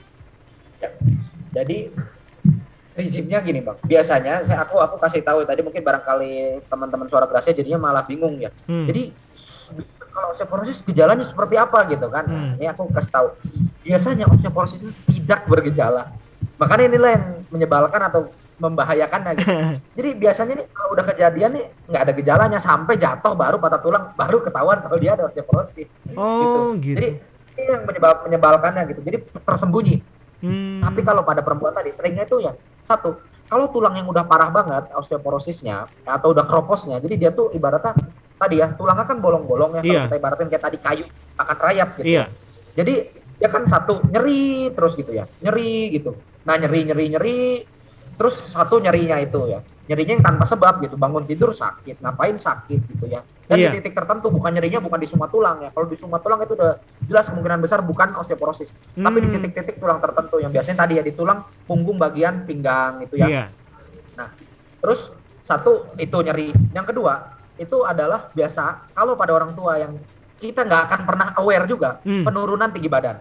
Ya, jadi prinsipnya gini Bang, biasanya aku kasih tahu tadi, mungkin barangkali teman-teman Suara Gracia jadinya malah bingung ya. Jadi kalau osteoporosis gejalanya seperti apa gitu kan? Nah, ini aku kasih tahu. Biasanya osteoporosis itu tidak bergejala. Makanya inilah yang menyebalkan atau membahayakannya gitu. Jadi biasanya nih kalau udah kejadian nih nggak ada gejalanya sampai jatuh baru patah tulang baru ketahuan kalau dia ada osteoporosis. Gitu. Jadi ini yang menyebalkannya gitu. Jadi tersembunyi. Tapi kalau pada perempuan tadi seringnya itu ya satu, kalau tulang yang udah parah banget osteoporosisnya atau udah kroposnya, jadi dia tuh ibaratnya tadi ya tulangnya kan bolong-bolong ya, kalau kita ibaratin kayak tadi kayu akan rayap gitu. Jadi dia kan satu nyeri terus gitu ya, nyeri gitu. Nah nyeri terus satu nyerinya itu ya, nyerinya yang tanpa sebab gitu, bangun tidur sakit, ngapain sakit gitu ya. Dan di titik tertentu, bukan nyerinya bukan di semua tulang ya. Kalau di semua tulang itu udah jelas kemungkinan besar bukan osteoporosis. Tapi di titik-titik tulang tertentu yang biasanya tadi ya di tulang punggung bagian pinggang itu ya. Nah, terus satu itu nyeri. Yang kedua itu adalah biasa kalau pada orang tua yang kita nggak akan pernah aware juga penurunan tinggi badan.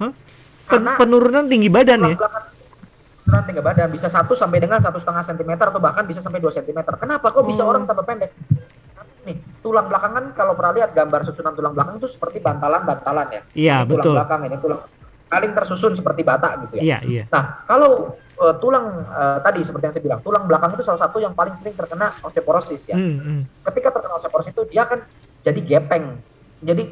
Penurunan tinggi badan ya? Penurunan tinggi badan bisa 1 sampai dengan 1,5 cm atau bahkan bisa sampai 2 cm. Kenapa? Kok bisa orang tambah pendek? Nih, tulang belakang kan kalau pernah lihat gambar susunan tulang belakang itu seperti bantalan-bantalan ya. Iya, betul. Tulang belakang ini tulang paling tersusun seperti bata gitu ya. Iya. Nah, kalau tulang tadi seperti yang saya bilang, tulang belakang itu salah satu yang paling sering terkena osteoporosis ya. Ketika terkena osteoporosis itu dia akan jadi gepeng. Jadi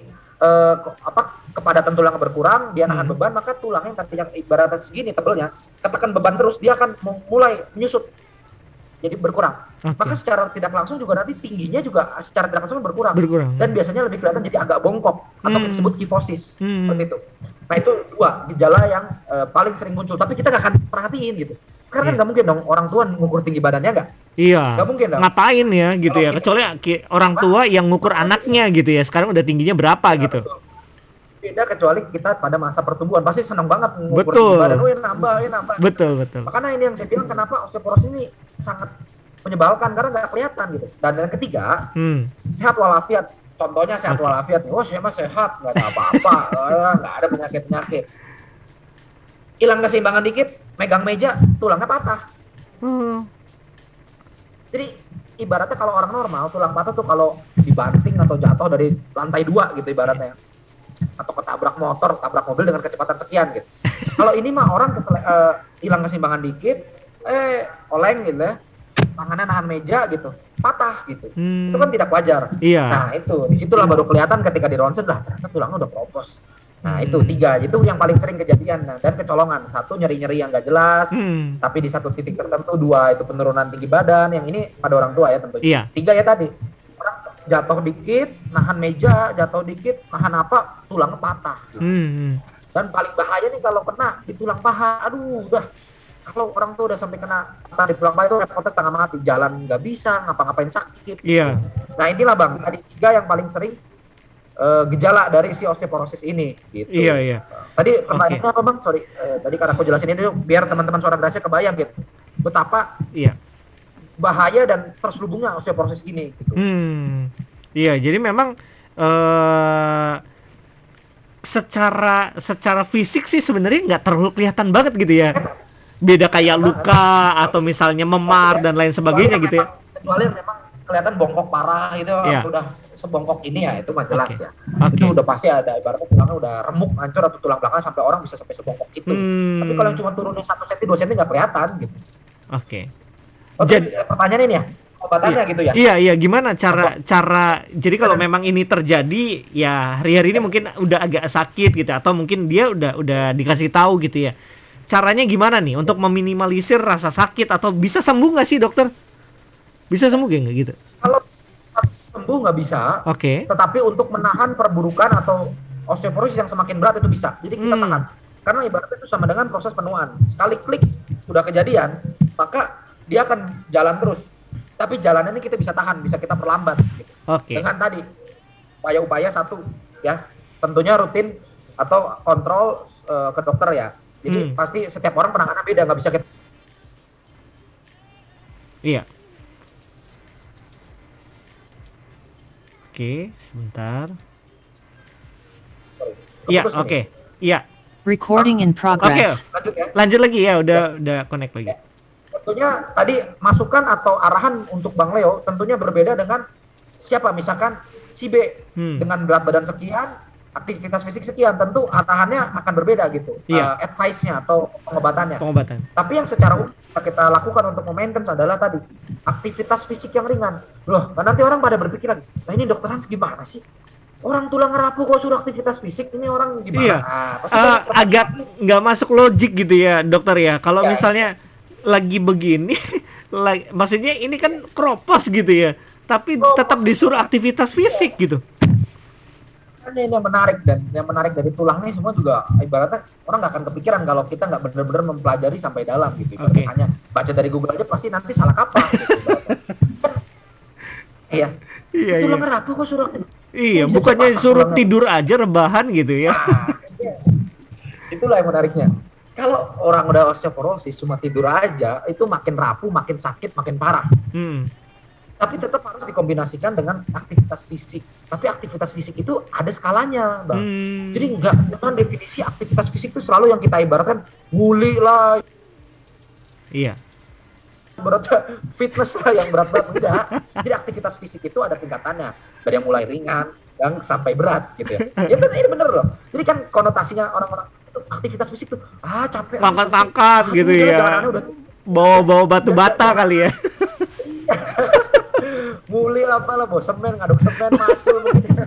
kepadatan tulang berkurang, dia nahan beban, maka tulangnya yang ibaratnya segini tebalnya, ketekan beban terus, dia akan mulai menyusut, jadi berkurang. Maka secara tidak langsung juga nanti tingginya juga secara tidak langsung berkurang. Dan biasanya lebih kelihatan jadi agak bongkok atau disebut kifosis seperti itu. Nah itu dua gejala yang paling sering muncul, tapi kita nggak akan perhatiin gitu. Sekarang kan nggak mungkin dong orang tua ngukur tinggi badannya nggak? Iya. Nggak mungkin dong. Ngapain ya gitu ya? Kecuali orang tua yang ngukur anaknya gitu ya. Sekarang udah tingginya berapa gitu? Betul. Beda kecuali kita pada masa pertumbuhan pasti senang banget ngukur tinggi badan. Oh ya nambah. Betul. Makanya ini yang saya bilang kenapa osteoporosis ini sangat menyebalkan karena nggak kelihatan gitu. Dan yang ketiga, sehat walafiat. Contohnya sehat walafiat. Oh saya mah sehat, nggak ada apa-apa, nggak ada penyakit. Hilang keseimbangan dikit, megang meja, tulangnya patah. Jadi ibaratnya kalau orang normal, tulang patah tuh kalau dibanting atau jatuh dari lantai 2 gitu ibaratnya. Atau ketabrak motor, tabrak mobil dengan kecepatan sekian gitu. Kalau ini mah orang hilang keseimbangan dikit, oleng gitu ya, tangannya nahan meja gitu, patah gitu. Itu kan tidak wajar. Nah itu, disitulah baru kelihatan ketika di ronsen lah, ternyata tulangnya udah kropos. Nah itu 3, itu yang paling sering kejadian. Nah, dan kecolongan, 1 nyeri-nyeri yang gak jelas, tapi di satu titik tertentu. 2 itu penurunan tinggi badan, yang ini pada orang tua ya tentunya. 3 ya tadi, orang jatuh dikit, nahan meja, jatuh dikit, nahan apa, tulangnya patah gitu. Dan paling bahaya nih kalau kena di tulang paha, aduh udah. Kalau orang tuh udah sampai kena patah di tulang paha itu repotnya setengah mati, jalan nggak bisa, ngapa-ngapain sakit. Nah inilah Bang, tadi 3 yang paling sering gejala dari si osteoporosis ini gitu. Tadi pertanyaannya apa Bang? Sorry, tadi karena aku jelasin ini biar teman-teman Suara Gracia kebayang gitu betapa bahaya dan terselubungnya osteoporosis ini gitu. Jadi memang secara fisik sih sebenarnya nggak terlalu kelihatan banget gitu ya. Beda kayak luka atau misalnya memar dan lain sebagainya gitu ya. Kecuali memang kelihatan bongkok parah gitu, udah sebongkok ini ya, itu mah jelas ya. Itu udah pasti ada, ibaratnya tulangnya udah remuk, hancur atau tulang belakang sampai orang bisa sampai sebongkok itu. Tapi kalau yang cuma turunnya 1 cm, 2 cm nggak kelihatan gitu. Jadi pertanyaan ini ya, pengobatannya gitu ya. Iya, gimana cara jadi kalau memang ini terjadi ya hari-hari ini mungkin udah agak sakit gitu atau mungkin dia udah dikasih tahu gitu ya. Caranya gimana nih untuk meminimalisir rasa sakit atau bisa sembuh nggak sih dokter? Bisa sembuh nggak gitu? Kalau sembuh nggak bisa. Oke. Tetapi untuk menahan perburukan atau osteoporosis yang semakin berat itu bisa. Jadi kita tahan. Karena ibaratnya itu sama dengan proses penuaan. Sekali klik sudah kejadian, maka dia akan jalan terus. Tapi jalannya ini kita bisa tahan, bisa kita perlambat. Gitu. Dengan tadi upaya-upaya satu, ya tentunya rutin atau kontrol ke dokter ya. Jadi pasti setiap orang penanganan beda, nggak bisa kita. Iya. Oke, sebentar. Iya, oke. Iya. Recording in progress. Oke, lanjut lagi ya, udah connect lagi. Tentunya tadi masukan atau arahan untuk Bang Leo tentunya berbeda dengan siapa, misalkan si B dengan berat badan sekian, aktivitas fisik sekian, tentu arahannya akan berbeda gitu. Advice-nya atau pengobatan. Tapi yang secara umum kita lakukan untuk maintenance adalah tadi aktivitas fisik yang ringan. Loh, nanti orang pada berpikiran, nah ini dokter Hans gimana sih? Orang tulang rapuh kok suruh aktivitas fisik, ini orang gimana? Iya. Agak nggak masuk logik gitu ya dokter ya. Kalau misalnya lagi begini, maksudnya ini kan kropos gitu ya, tapi tetap disuruh aktivitas fisik gitu. Ini yang menarik, dan yang menarik dari tulangnya semua juga ibaratnya orang nggak akan kepikiran kalau kita nggak benar-benar mempelajari sampai dalam gitu. Hanya baca dari Google aja pasti nanti salah kaprah gitu. Iya. Tulang rapuh kok suruh aktivitas. Iya, bukannya suruh tidur aja rebahan gitu ya. Itulah yang menariknya. Kalau orang udah osteoporosis cuma tidur aja, itu makin rapuh, makin sakit, makin parah. Tapi tetap harus dikombinasikan dengan aktivitas fisik. Tapi aktivitas fisik itu ada skalanya, Bang. Jadi jangan definisi aktivitas fisik itu selalu yang kita ibaratkan nguli lah. Iya. Berat fitness lah yang berat-berat, enggak. Jadi aktivitas fisik itu ada tingkatannya. Dari yang mulai ringan yang sampai berat gitu ya. Ya ini bener loh. Jadi kan konotasinya orang-orang itu aktivitas fisik tuh capek. Angkat-angkat gitu ya. Bawa batu bata kali ya. Muli apalah, bawa semen, ngaduk semen, masuk gitu.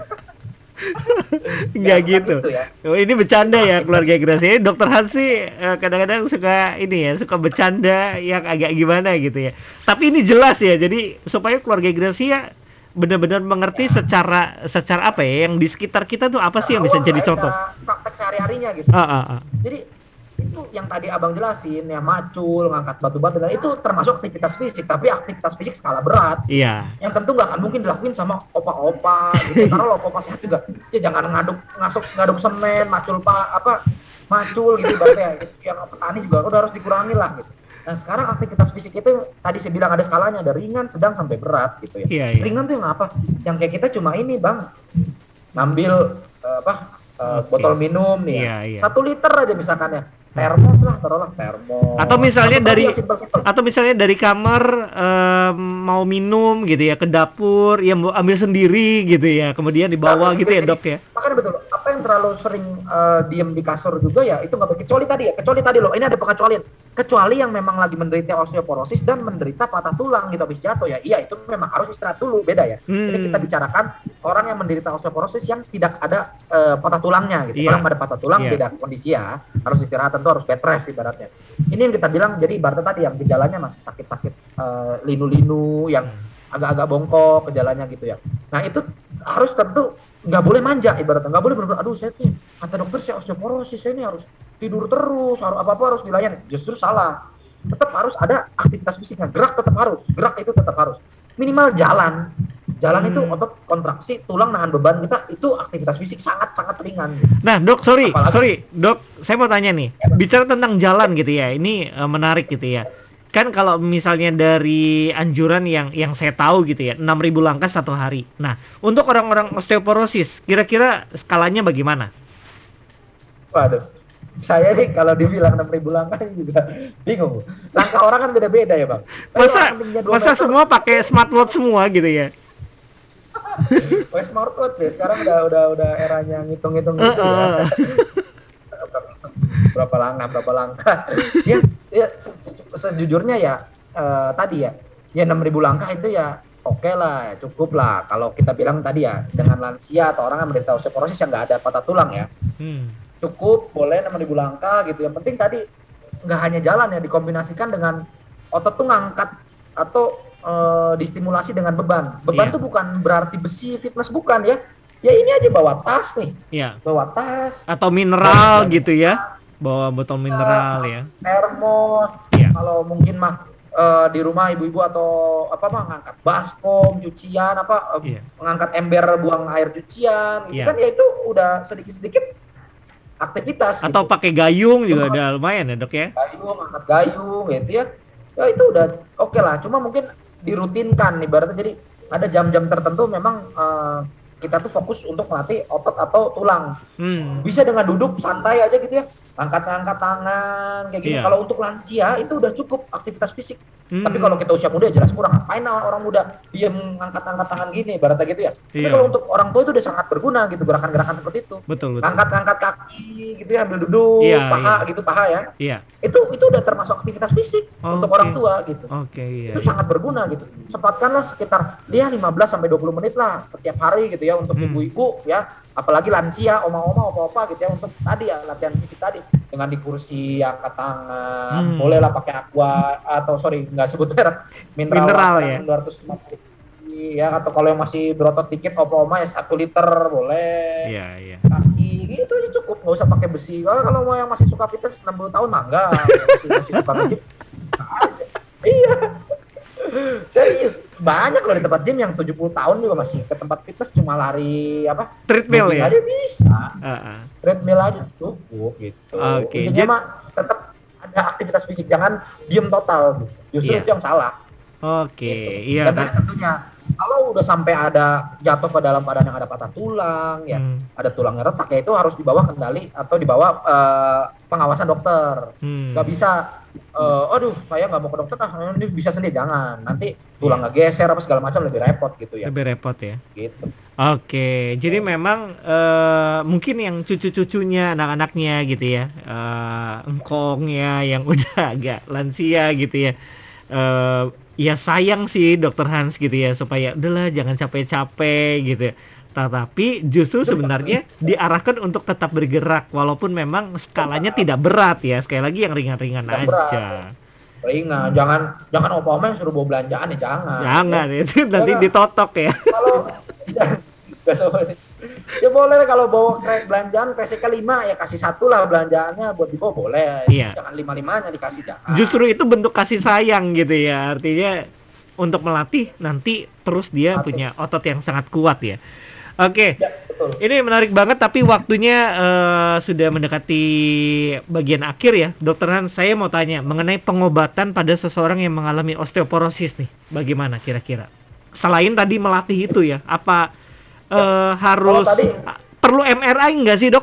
Enggak gitu. Ya. Ini bercanda ya keluarga Gracia. Dokter Hans sih kadang-kadang suka suka bercanda yang agak gimana gitu ya. Tapi ini jelas ya. Jadi supaya keluarga Gracia benar-benar mengerti secara apa ya, yang di sekitar kita tuh apa sih yang bisa jadi contoh. Praktek sehari-harinya gitu. Jadi itu yang tadi abang jelasin, yang macul, ngangkat batu-batu, dan itu termasuk aktivitas fisik, tapi aktivitas fisik skala berat. Iya. Yang tentu nggak akan mungkin dilakuin sama opa-opa gitu. Karena lo opa sehat juga, ya jangan ngaduk semen, macul gitu berarti ya. Yang petani juga udah harus dikurangi lah gitu. Nah sekarang aktivitas fisik itu tadi saya bilang ada skalanya, dari ringan, sedang, sampai berat gitu ya. Iya. Ringan tuh yang apa? Yang kayak kita cuma ini Bang, ngambil botol minum nih, iya. 1 liter aja misalkan ya. Termos lah, taruhlah termos. Atau misalnya dari kamar mau minum gitu ya, ke dapur ya ambil sendiri gitu ya, kemudian dibawa gitu ya dok ya. Makanya betul, apa yang terlalu sering diem di kasur juga ya itu nggak baik. Kecuali tadi loh, ini ada pengecualian. Kecuali yang memang lagi menderita osteoporosis dan menderita patah tulang gitu habis jatuh ya, iya itu memang harus istirahat dulu, beda ya. Jadi kita bicarakan orang yang menderita osteoporosis yang tidak ada patah tulangnya gitu. Kalau ada patah tulang beda kondisi ya, harus istirahat, tentu harus bed rest ibaratnya. Ini yang kita bilang, jadi ibaratnya tadi yang gejalanya masih sakit-sakit linu-linu yang agak-agak bongkok gejalanya gitu ya. Nah itu harus tentu nggak boleh manja ibaratnya, nggak boleh bener-bener aduh saya nih kata dokter saya osteoporosis, saya ini harus tidur terus, harus apa-apa harus dilayani. Justru salah. Tetap harus ada aktivitas fisiknya, gerak itu tetap harus. Minimal jalan itu otot kontraksi, tulang nahan beban kita, itu aktivitas fisik sangat-sangat ringan. Nah dok, sorry dok, saya mau tanya nih, bicara tentang jalan gitu ya, ini menarik gitu ya. Kan kalau misalnya dari anjuran yang saya tahu gitu ya, 6.000 langkah 1 hari. Nah untuk orang-orang osteoporosis kira-kira skalanya bagaimana? Waduh, saya nih kalau dibilang 6.000 langkah juga bingung. Langkah orang kan beda-beda ya bang. Masa semua pakai smartwatch semua gitu ya? Smartwatch ya sekarang udah eranya ngitung-ngitung gitu ya. berapa langkah ya sejujurnya ya tadi ya Ya 6.000 langkah itu ya oke lah, cukup lah. Kalau kita bilang tadi ya, dengan lansia atau orang yang menderita osteoporosis yang nggak ada patah tulang ya, cukup, boleh 6.000 langkah gitu. Yang penting tadi nggak hanya jalan ya, dikombinasikan dengan otot tuh ngangkat atau distimulasi dengan beban. Beban tuh bukan berarti besi, fitness bukan ya. Ya ini aja bawa tas nih, bawa tas. Atau mineral gitu ya, bawa botol mineral ya. Termos, kalau mungkin mah di rumah ibu-ibu atau apa mah ngangkat baskom, cucian apa, mengangkat ember buang air cucian, gitu kan ya itu udah sedikit-sedikit aktivitas. Atau gitu. Pakai gayung juga udah lumayan ya dok ya. Gayung, angkat gayung gitu ya. Ya itu udah oke lah. Cuma mungkin dirutinkan ibaratnya, jadi ada jam-jam tertentu memang kita tuh fokus untuk melatih otot atau tulang. Bisa dengan duduk santai aja gitu ya, angkat-angkat tangan kayak gitu. Kalau untuk lansia itu udah cukup aktivitas fisik. Tapi kalau kita usia muda ya jelas kurang. Ngapain orang muda diem angkat-angkat tangan gini ibaratnya gitu ya. Tapi kalau untuk orang tua itu udah sangat berguna gitu, gerakan-gerakan seperti itu. Betul. Angkat-angkat kaki gitu ya, ambil duduk, paha ya. Itu udah termasuk aktivitas fisik untuk orang tua gitu. Itu sangat berguna gitu. Sempatkanlah sekitar dia 15 sampai 20 menit lah setiap hari gitu ya untuk ibu-ibu ya, apalagi lansia, oma-oma, opa-opa gitu ya, untuk tadi ya latihan fisik tadi dengan di kursi, angkat tangan, bolehlah pakai aqua atau nggak sebut merek, mineral ya 250 ya, atau kalau yang masih berotot dikit opa-oma ya 1 liter boleh. Kaki gitu aja cukup, nggak usah pakai besi. Kalau mau yang masih suka fitness 60 tahun mah enggak, masih suka nge-gym. Iya. Serius, banyak loh di tempat gym yang 70 tahun juga masih ke tempat fitness cuma lari apa? Treadmill ya? Aja bisa. Treadmill aja cukup gitu. Intinya mah tetap ada aktivitas fisik, jangan diem total. Justru itu yang salah. Gitu. Dan tentunya kalau udah sampai ada jatuh ke dalam keadaan yang ada patah tulang ya, ada tulangnya retak ya, itu harus dibawa kendali atau dibawa pengawasan dokter. Gak bisa aduh saya nggak mau ke dokter, ini bisa sendiri, jangan, nanti tulang ngegeser apa segala macam, lebih repot gitu ya. Lebih repot ya gitu. Jadi memang mungkin yang cucu-cucunya, anak-anaknya gitu ya, engkongnya yang udah agak lansia gitu ya, ya sayang sih dokter Hans gitu ya, supaya udahlah jangan capek-capek gitu ya. Tetapi justru sebenarnya diarahkan untuk tetap bergerak walaupun memang skalanya tidak berat ya. Sekali lagi yang ringan-ringan aja. Ringan, jangan opa-oma yang suruh bawa belanjaan ya, jangan. Jangan ya, itu nanti ditotok ya. Kalau ya boleh kalau bawa belanjaan kreseknya 5 ya kasih 1 lah belanjaannya buat dibawa, boleh. Jangan 5-5-nya dikasih, jangan. Justru itu bentuk kasih sayang gitu ya. Artinya untuk melatih nanti terus dia punya otot yang sangat kuat ya. Ya, ini menarik banget, tapi waktunya sudah mendekati bagian akhir ya, Dokter Hans. Saya mau tanya mengenai pengobatan pada seseorang yang mengalami osteoporosis nih, bagaimana kira-kira? Selain tadi melatih itu ya, apa harus perlu MRI nggak sih dok?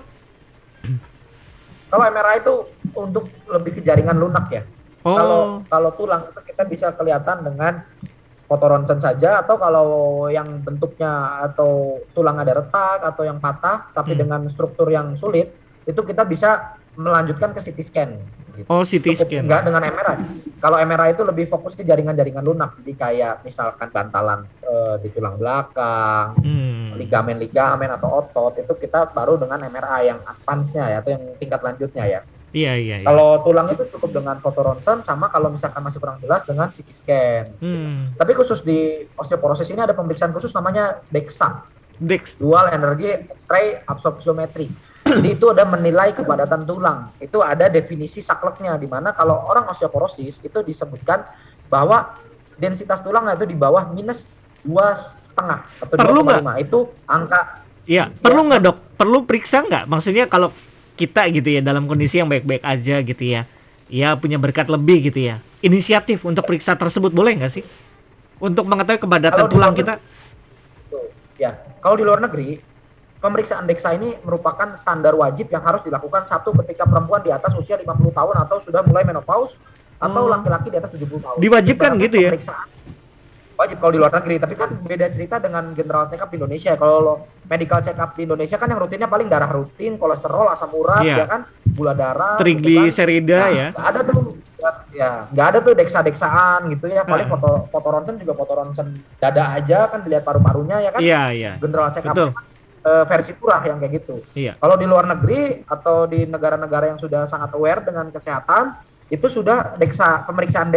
Kalau MRI itu untuk lebih ke jaringan lunak ya. Kalau tulang itu kita bisa kelihatan dengan foto ronsen saja, atau kalau yang bentuknya atau tulang ada retak atau yang patah tapi dengan struktur yang sulit, itu kita bisa melanjutkan ke CT scan gitu. CT scan. Enggak dengan MRI. Kalau MRI itu lebih fokus ke jaringan-jaringan lunak, jadi kayak misalkan bantalan di tulang belakang, ligamen atau otot, itu kita baru dengan MRI yang advance-nya ya, atau yang tingkat lanjutnya ya. Iya. Kalau tulang itu cukup dengan foto ronsen, sama kalau misalkan masih kurang jelas dengan CT scan. Tapi khusus di osteoporosis ini ada pemeriksaan khusus namanya DEXA. Dual Energy X-ray Absorptiometry. Jadi itu ada menilai kepadatan tulang. Itu ada definisi sakleknya, di mana kalau orang osteoporosis itu disebutkan bahwa densitas tulangnya itu di bawah -2,5 atau 2,5. Itu angka. Iya, perlu nggak dok? Perlu periksa nggak? Maksudnya kalau kita gitu ya dalam kondisi yang baik-baik aja gitu ya, punya berkat lebih gitu ya, inisiatif untuk periksa tersebut boleh nggak sih untuk mengetahui kepadatan tulang kita? Ya, kalau di luar negeri pemeriksaan DEXA ini merupakan standar wajib yang harus dilakukan ketika perempuan di atas usia 50 tahun atau sudah mulai menopause, atau laki-laki di atas 70 tahun. Diwajibkan gitu ya? Wajib kalau di luar negeri, tapi kan beda cerita dengan general check up di Indonesia. Kalau medical check up di Indonesia kan yang rutinnya paling darah rutin, kolesterol, asam urat, ya kan, gula darah, trigliserida ya. Ada tuh Ya nggak ada tuh deksa-deksaan gitu ya, paling foto ronsen juga foto ronsen dada aja kan, dilihat paru-parunya ya kan. Iya. General check up versi murah yang kayak gitu. Iya. Kalau di luar negeri atau di negara-negara yang sudah sangat aware dengan kesehatan, itu sudah pemeriksaan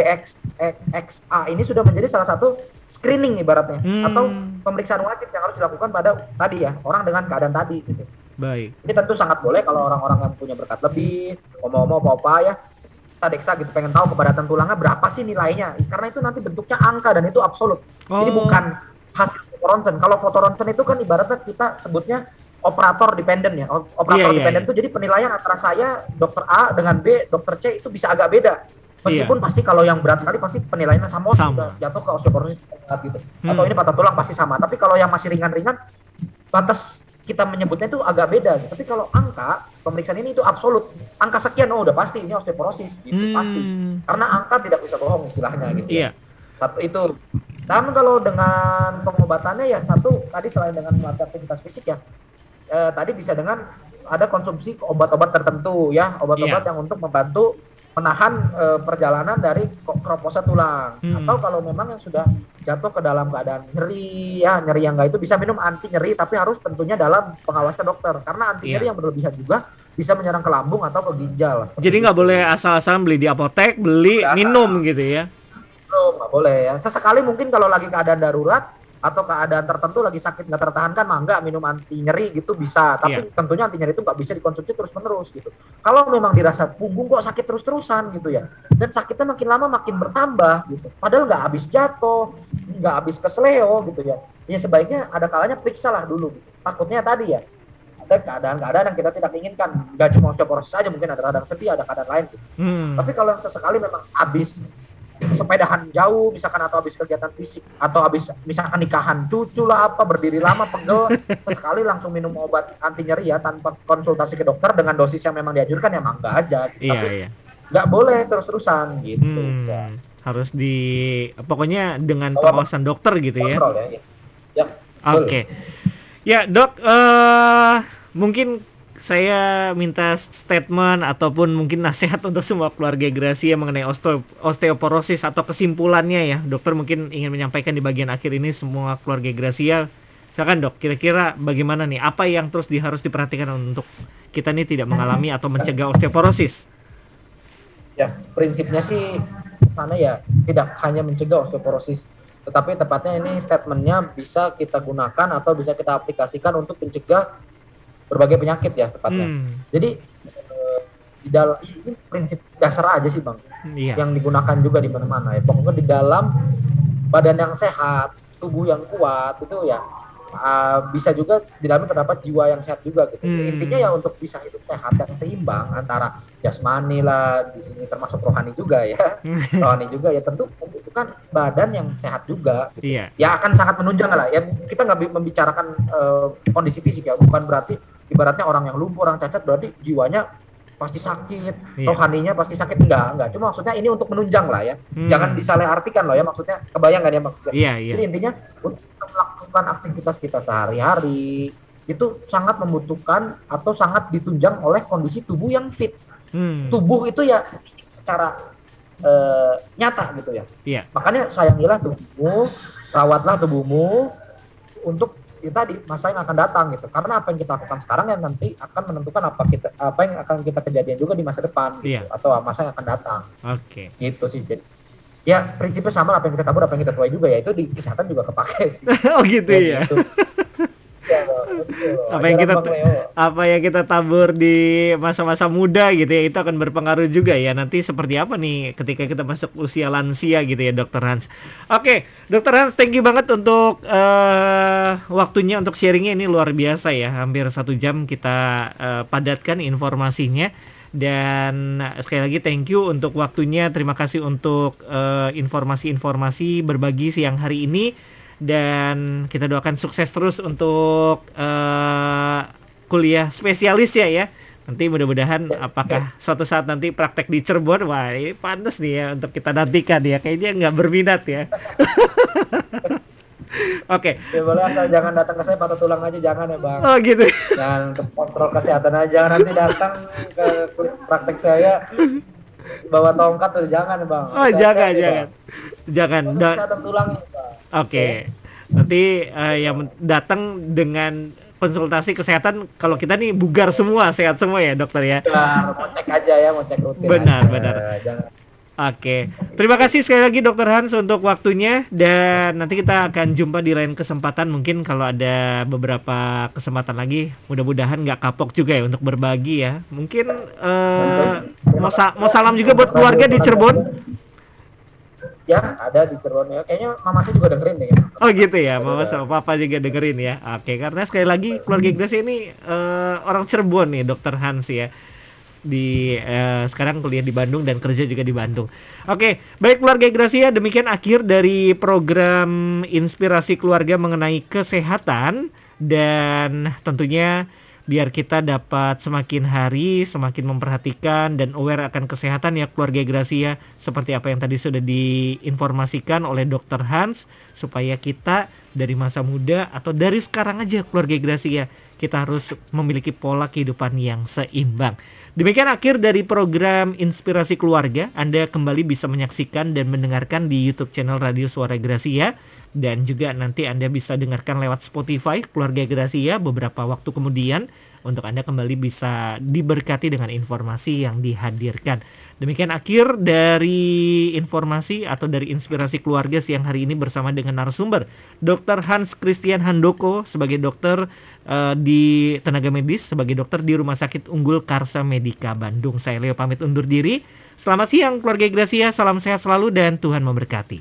DXA ini sudah menjadi salah satu screening ibaratnya, atau pemeriksaan wajib yang harus dilakukan pada tadi ya, orang dengan keadaan tadi gitu. Baik. Jadi tentu sangat boleh kalau orang-orang yang punya berkat lebih, omong-omong apa-apa ya, deksa gitu, pengen tahu kepadatan tulangnya berapa sih nilainya, karena itu nanti bentuknya angka dan itu absolut. Jadi bukan hasil foto ronsen. Kalau foto ronsen itu kan ibaratnya kita sebutnya operator dependen ya. Operator dependen itu jadi penilaian antara saya, dokter A dengan B, dokter C itu bisa agak beda. Meskipun pasti kalau yang berat sekali pasti penilaiannya sama. Sudah jatuh ke osteoporosis gitu. Atau ini patah tulang pasti sama. Tapi kalau yang masih ringan-ringan, batas kita menyebutnya itu agak beda gitu. Tapi kalau angka pemeriksaan ini itu absolut, angka sekian udah pasti ini osteoporosis gitu, pasti, karena angka tidak bisa bohong istilahnya gitu. Satu itu. Namun kalau dengan pengobatannya ya satu tadi, selain dengan melatih aktivitas fisik ya, tadi bisa dengan ada konsumsi obat-obat tertentu ya, obat-obat yang untuk membantu menahan perjalanan dari keropos tulang. Atau kalau memang yang sudah jatuh ke dalam keadaan nyeri ya, nyeri yang enggak itu bisa minum anti nyeri, tapi harus tentunya dalam pengawasan dokter, karena anti nyeri yang berlebihan juga bisa menyerang ke lambung atau ke ginjal. Jadi nggak boleh asal-asalan beli di apotek, minum gitu ya? Nggak boleh ya. Sesekali mungkin kalau lagi keadaan darurat atau keadaan tertentu lagi sakit nggak tertahankan, mangga minum anti nyeri gitu bisa, tapi tentunya anti nyeri itu nggak bisa dikonsumsi terus-menerus gitu. Kalau memang dirasa punggung kok sakit terus-terusan gitu ya, dan sakitnya makin lama makin bertambah gitu, padahal nggak habis jatuh, nggak habis kesleo gitu ya, ya sebaiknya ada kalanya periksa lah dulu gitu. Takutnya tadi ya ada keadaan-keadaan yang kita tidak inginkan, nggak cuma osteoporosis saja, mungkin ada radang sendi, ada keadaan lain gitu. Tapi kalau sesekali memang habis sepedahan jauh misalkan, atau habis kegiatan fisik, atau habis misalkan nikahan cucu lah apa, berdiri lama pegel, sekali langsung minum obat anti nyeri ya tanpa konsultasi ke dokter dengan dosis yang memang dianjurkan ya mangga aja gitu. Tapi nggak boleh terus-terusan gitu. Harus pokoknya dengan pengawasan dokter gitu ya. Oke. Ya dok, mungkin saya minta statement ataupun mungkin nasihat untuk semua keluarga Gracia mengenai osteoporosis, atau kesimpulannya ya. Dokter mungkin ingin menyampaikan di bagian akhir ini semua keluarga Gracia. Silakan dok, kira-kira bagaimana nih? Apa yang terus harus diperhatikan untuk kita nih tidak mengalami atau mencegah osteoporosis? Ya, prinsipnya sih sana ya tidak hanya mencegah osteoporosis, tetapi tepatnya ini statementnya bisa kita gunakan atau bisa kita aplikasikan untuk mencegah berbagai penyakit ya tepatnya. Jadi di dalam ini prinsip dasar aja sih bang, yang digunakan juga di mana-mana ya. Pokoknya di dalam badan yang sehat, tubuh yang kuat itu ya bisa juga di dalamnya terdapat jiwa yang sehat juga gitu. Intinya ya untuk bisa hidup sehat dan seimbang antara jasmani lah, di sini termasuk rohani juga ya. Rohani juga ya tentu membutuhkan badan yang sehat juga gitu. Ya akan sangat menunjang lah ya. Kita nggak membicarakan kondisi fisik ya, bukan berarti ibaratnya orang yang lumpuh, orang cacat berarti jiwanya pasti sakit, rohaninya pasti sakit, enggak. Cuma maksudnya ini untuk menunjang lah ya. Jangan disalah artikan loh ya, maksudnya kebayang kan ya maksudnya. Jadi intinya untuk melakukan aktivitas kita sehari-hari itu sangat membutuhkan atau sangat ditunjang oleh kondisi tubuh yang fit. Tubuh itu ya secara nyata gitu ya. Makanya sayangilah tubuhmu, rawatlah tubuhmu untuk tadi masa yang akan datang gitu, karena apa yang kita lakukan sekarang yang nanti akan menentukan apa yang akan kita kejadian juga di masa depan gitu, atau masa yang akan datang. Gitu sih. Jadi ya prinsipnya sama, apa yang kita tabur apa yang kita tuai juga ya, itu di kesehatan juga kepake sih. Gitu ya. Gitu. Apa yang kita tabur di masa-masa muda gitu ya, itu akan berpengaruh juga ya nanti seperti apa nih ketika kita masuk usia lansia gitu ya Dr. Hans. Oke, Dr. Hans, thank you banget untuk waktunya untuk sharingnya, ini luar biasa ya, hampir 1 jam kita padatkan informasinya. Dan sekali lagi thank you untuk waktunya, terima kasih untuk informasi-informasi berbagi siang hari ini. Dan kita doakan sukses terus untuk kuliah spesialis ya. Nanti mudah-mudahan apakah suatu saat nanti praktek di Cirebon, wah ini pantas nih ya untuk kita nantikan ya. Kayaknya nggak berminat ya. Oke. Ya boleh, asal jangan datang ke saya patah tulang aja, jangan ya bang. Oh gitu. Jangan untuk kontrol kesehatan aja, jangan nanti datang ke praktek saya bawa tongkat tuh jangan bang. Oh jangan. Untuk kesehatan tulangnya bang. Oke. Nanti yang datang dengan konsultasi kesehatan, kalau kita nih bugar semua, sehat semua ya dokter ya. Benar, mau cek aja ya, mau cek rutin. Benar. Jangan. Oke, terima kasih sekali lagi Dokter Hans untuk waktunya, dan nanti kita akan jumpa di lain kesempatan. Mungkin kalau ada beberapa kesempatan lagi, mudah-mudahan nggak kapok juga ya untuk berbagi ya. Mungkin mau salam juga buat keluarga di Cirebon. Ya, ada di Cirebon ya. Kayaknya mamanya juga dengerin deh. Oh gitu ya, mama sama papa juga dengerin ya. Oke, karena sekali lagi keluarga Ignacia ini orang Cirebon nih, Dokter Hans ya. Sekarang kuliah di Bandung dan kerja juga di Bandung. Oke, baik keluarga Gracia, demikian akhir dari program Inspirasi Keluarga mengenai kesehatan, dan tentunya biar kita dapat semakin hari semakin memperhatikan dan aware akan kesehatan ya keluarga Gracia, seperti apa yang tadi sudah diinformasikan oleh Dr. Hans, supaya kita dari masa muda atau dari sekarang aja keluarga Gracia, kita harus memiliki pola kehidupan yang seimbang. Demikian akhir dari program Inspirasi Keluarga. Anda kembali bisa menyaksikan dan mendengarkan di YouTube channel Radio Suara Gracia, dan juga nanti Anda bisa dengarkan lewat Spotify Keluarga Gracia beberapa waktu kemudian, untuk Anda kembali bisa diberkati dengan informasi yang dihadirkan. Demikian akhir dari informasi atau dari Inspirasi Keluarga siang hari ini bersama dengan narasumber Dr. Hans Christian Handoko sebagai dokter di tenaga medis, sebagai dokter di Rumah Sakit Unggul Karsa Medika Bandung. Saya Leo pamit undur diri. Selamat siang keluarga Gracia, salam sehat selalu dan Tuhan memberkati.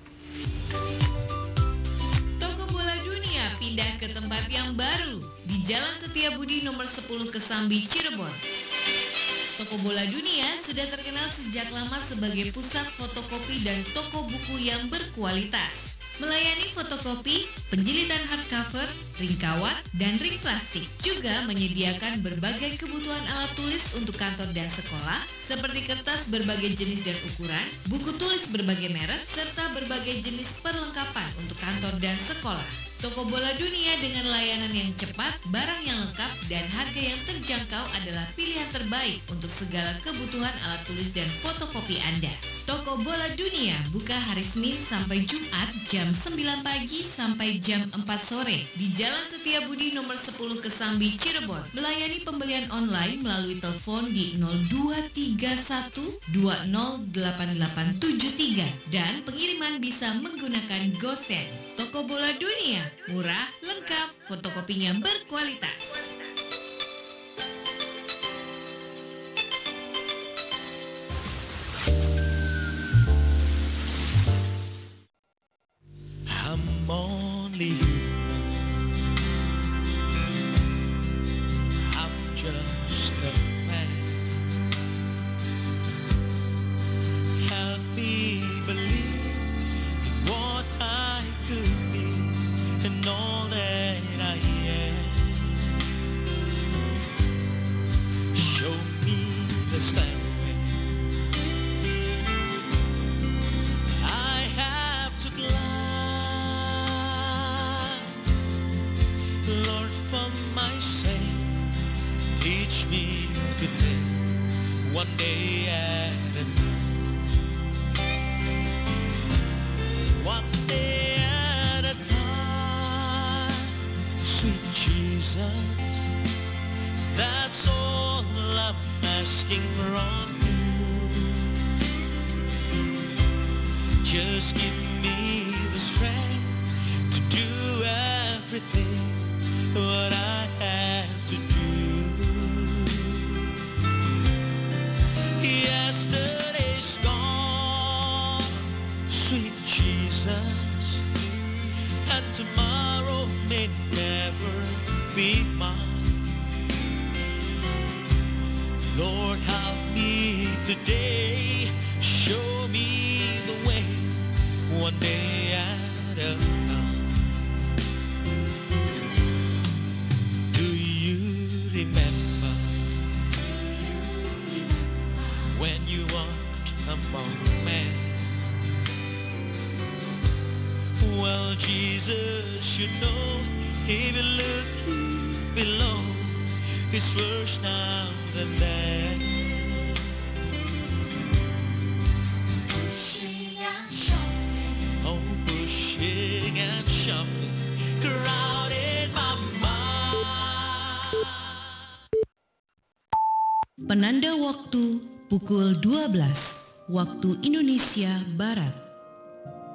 Toko Bola Dunia pindah ke tempat yang baru di Jalan Setiabudi nomor 10 Kesambi, Cirebon. Toko Bola Dunia sudah terkenal sejak lama sebagai pusat fotokopi dan toko buku yang berkualitas. Melayani fotokopi, penjilitan hardcover, ring kawat, dan ring plastik. Juga menyediakan berbagai kebutuhan alat tulis untuk kantor dan sekolah, seperti kertas berbagai jenis dan ukuran, buku tulis berbagai merek, serta berbagai jenis perlengkapan untuk kantor dan sekolah. Toko Bola Dunia dengan layanan yang cepat, barang yang lengkap, dan harga yang terjangkau adalah pilihan terbaik untuk segala kebutuhan alat tulis dan fotokopi Anda. Toko Bola Dunia buka hari Senin sampai Jumat jam 9 pagi sampai jam 4 sore di Jalan Setiabudi nomor 10 Kesambi, Cirebon. Melayani pembelian online melalui telepon di 0231 208873 dan pengiriman bisa menggunakan GoSend. Toko Bola Dunia, murah, lengkap, fotokopinya berkualitas. I'm only human. I'm just a man. Help me believe in what I could be and all that I am. Show me the stairway I have to climb. Lord, for my sake, teach me to take one day at a time. One day at a time, sweet Jesus, that's all I'm asking from you. Just give me the strength to do everything what I have to do. Yesterday's gone, sweet Jesus, and tomorrow may never be mine. Lord, help me today, show me the way, one day at a time. Do you remember when you walked among men? Well, Jesus, you know, if you look below, it's worse now than then. Oh, pushing and shuffling, crowded my mind. Penanda waktu pukul 12 waktu Indonesia Barat.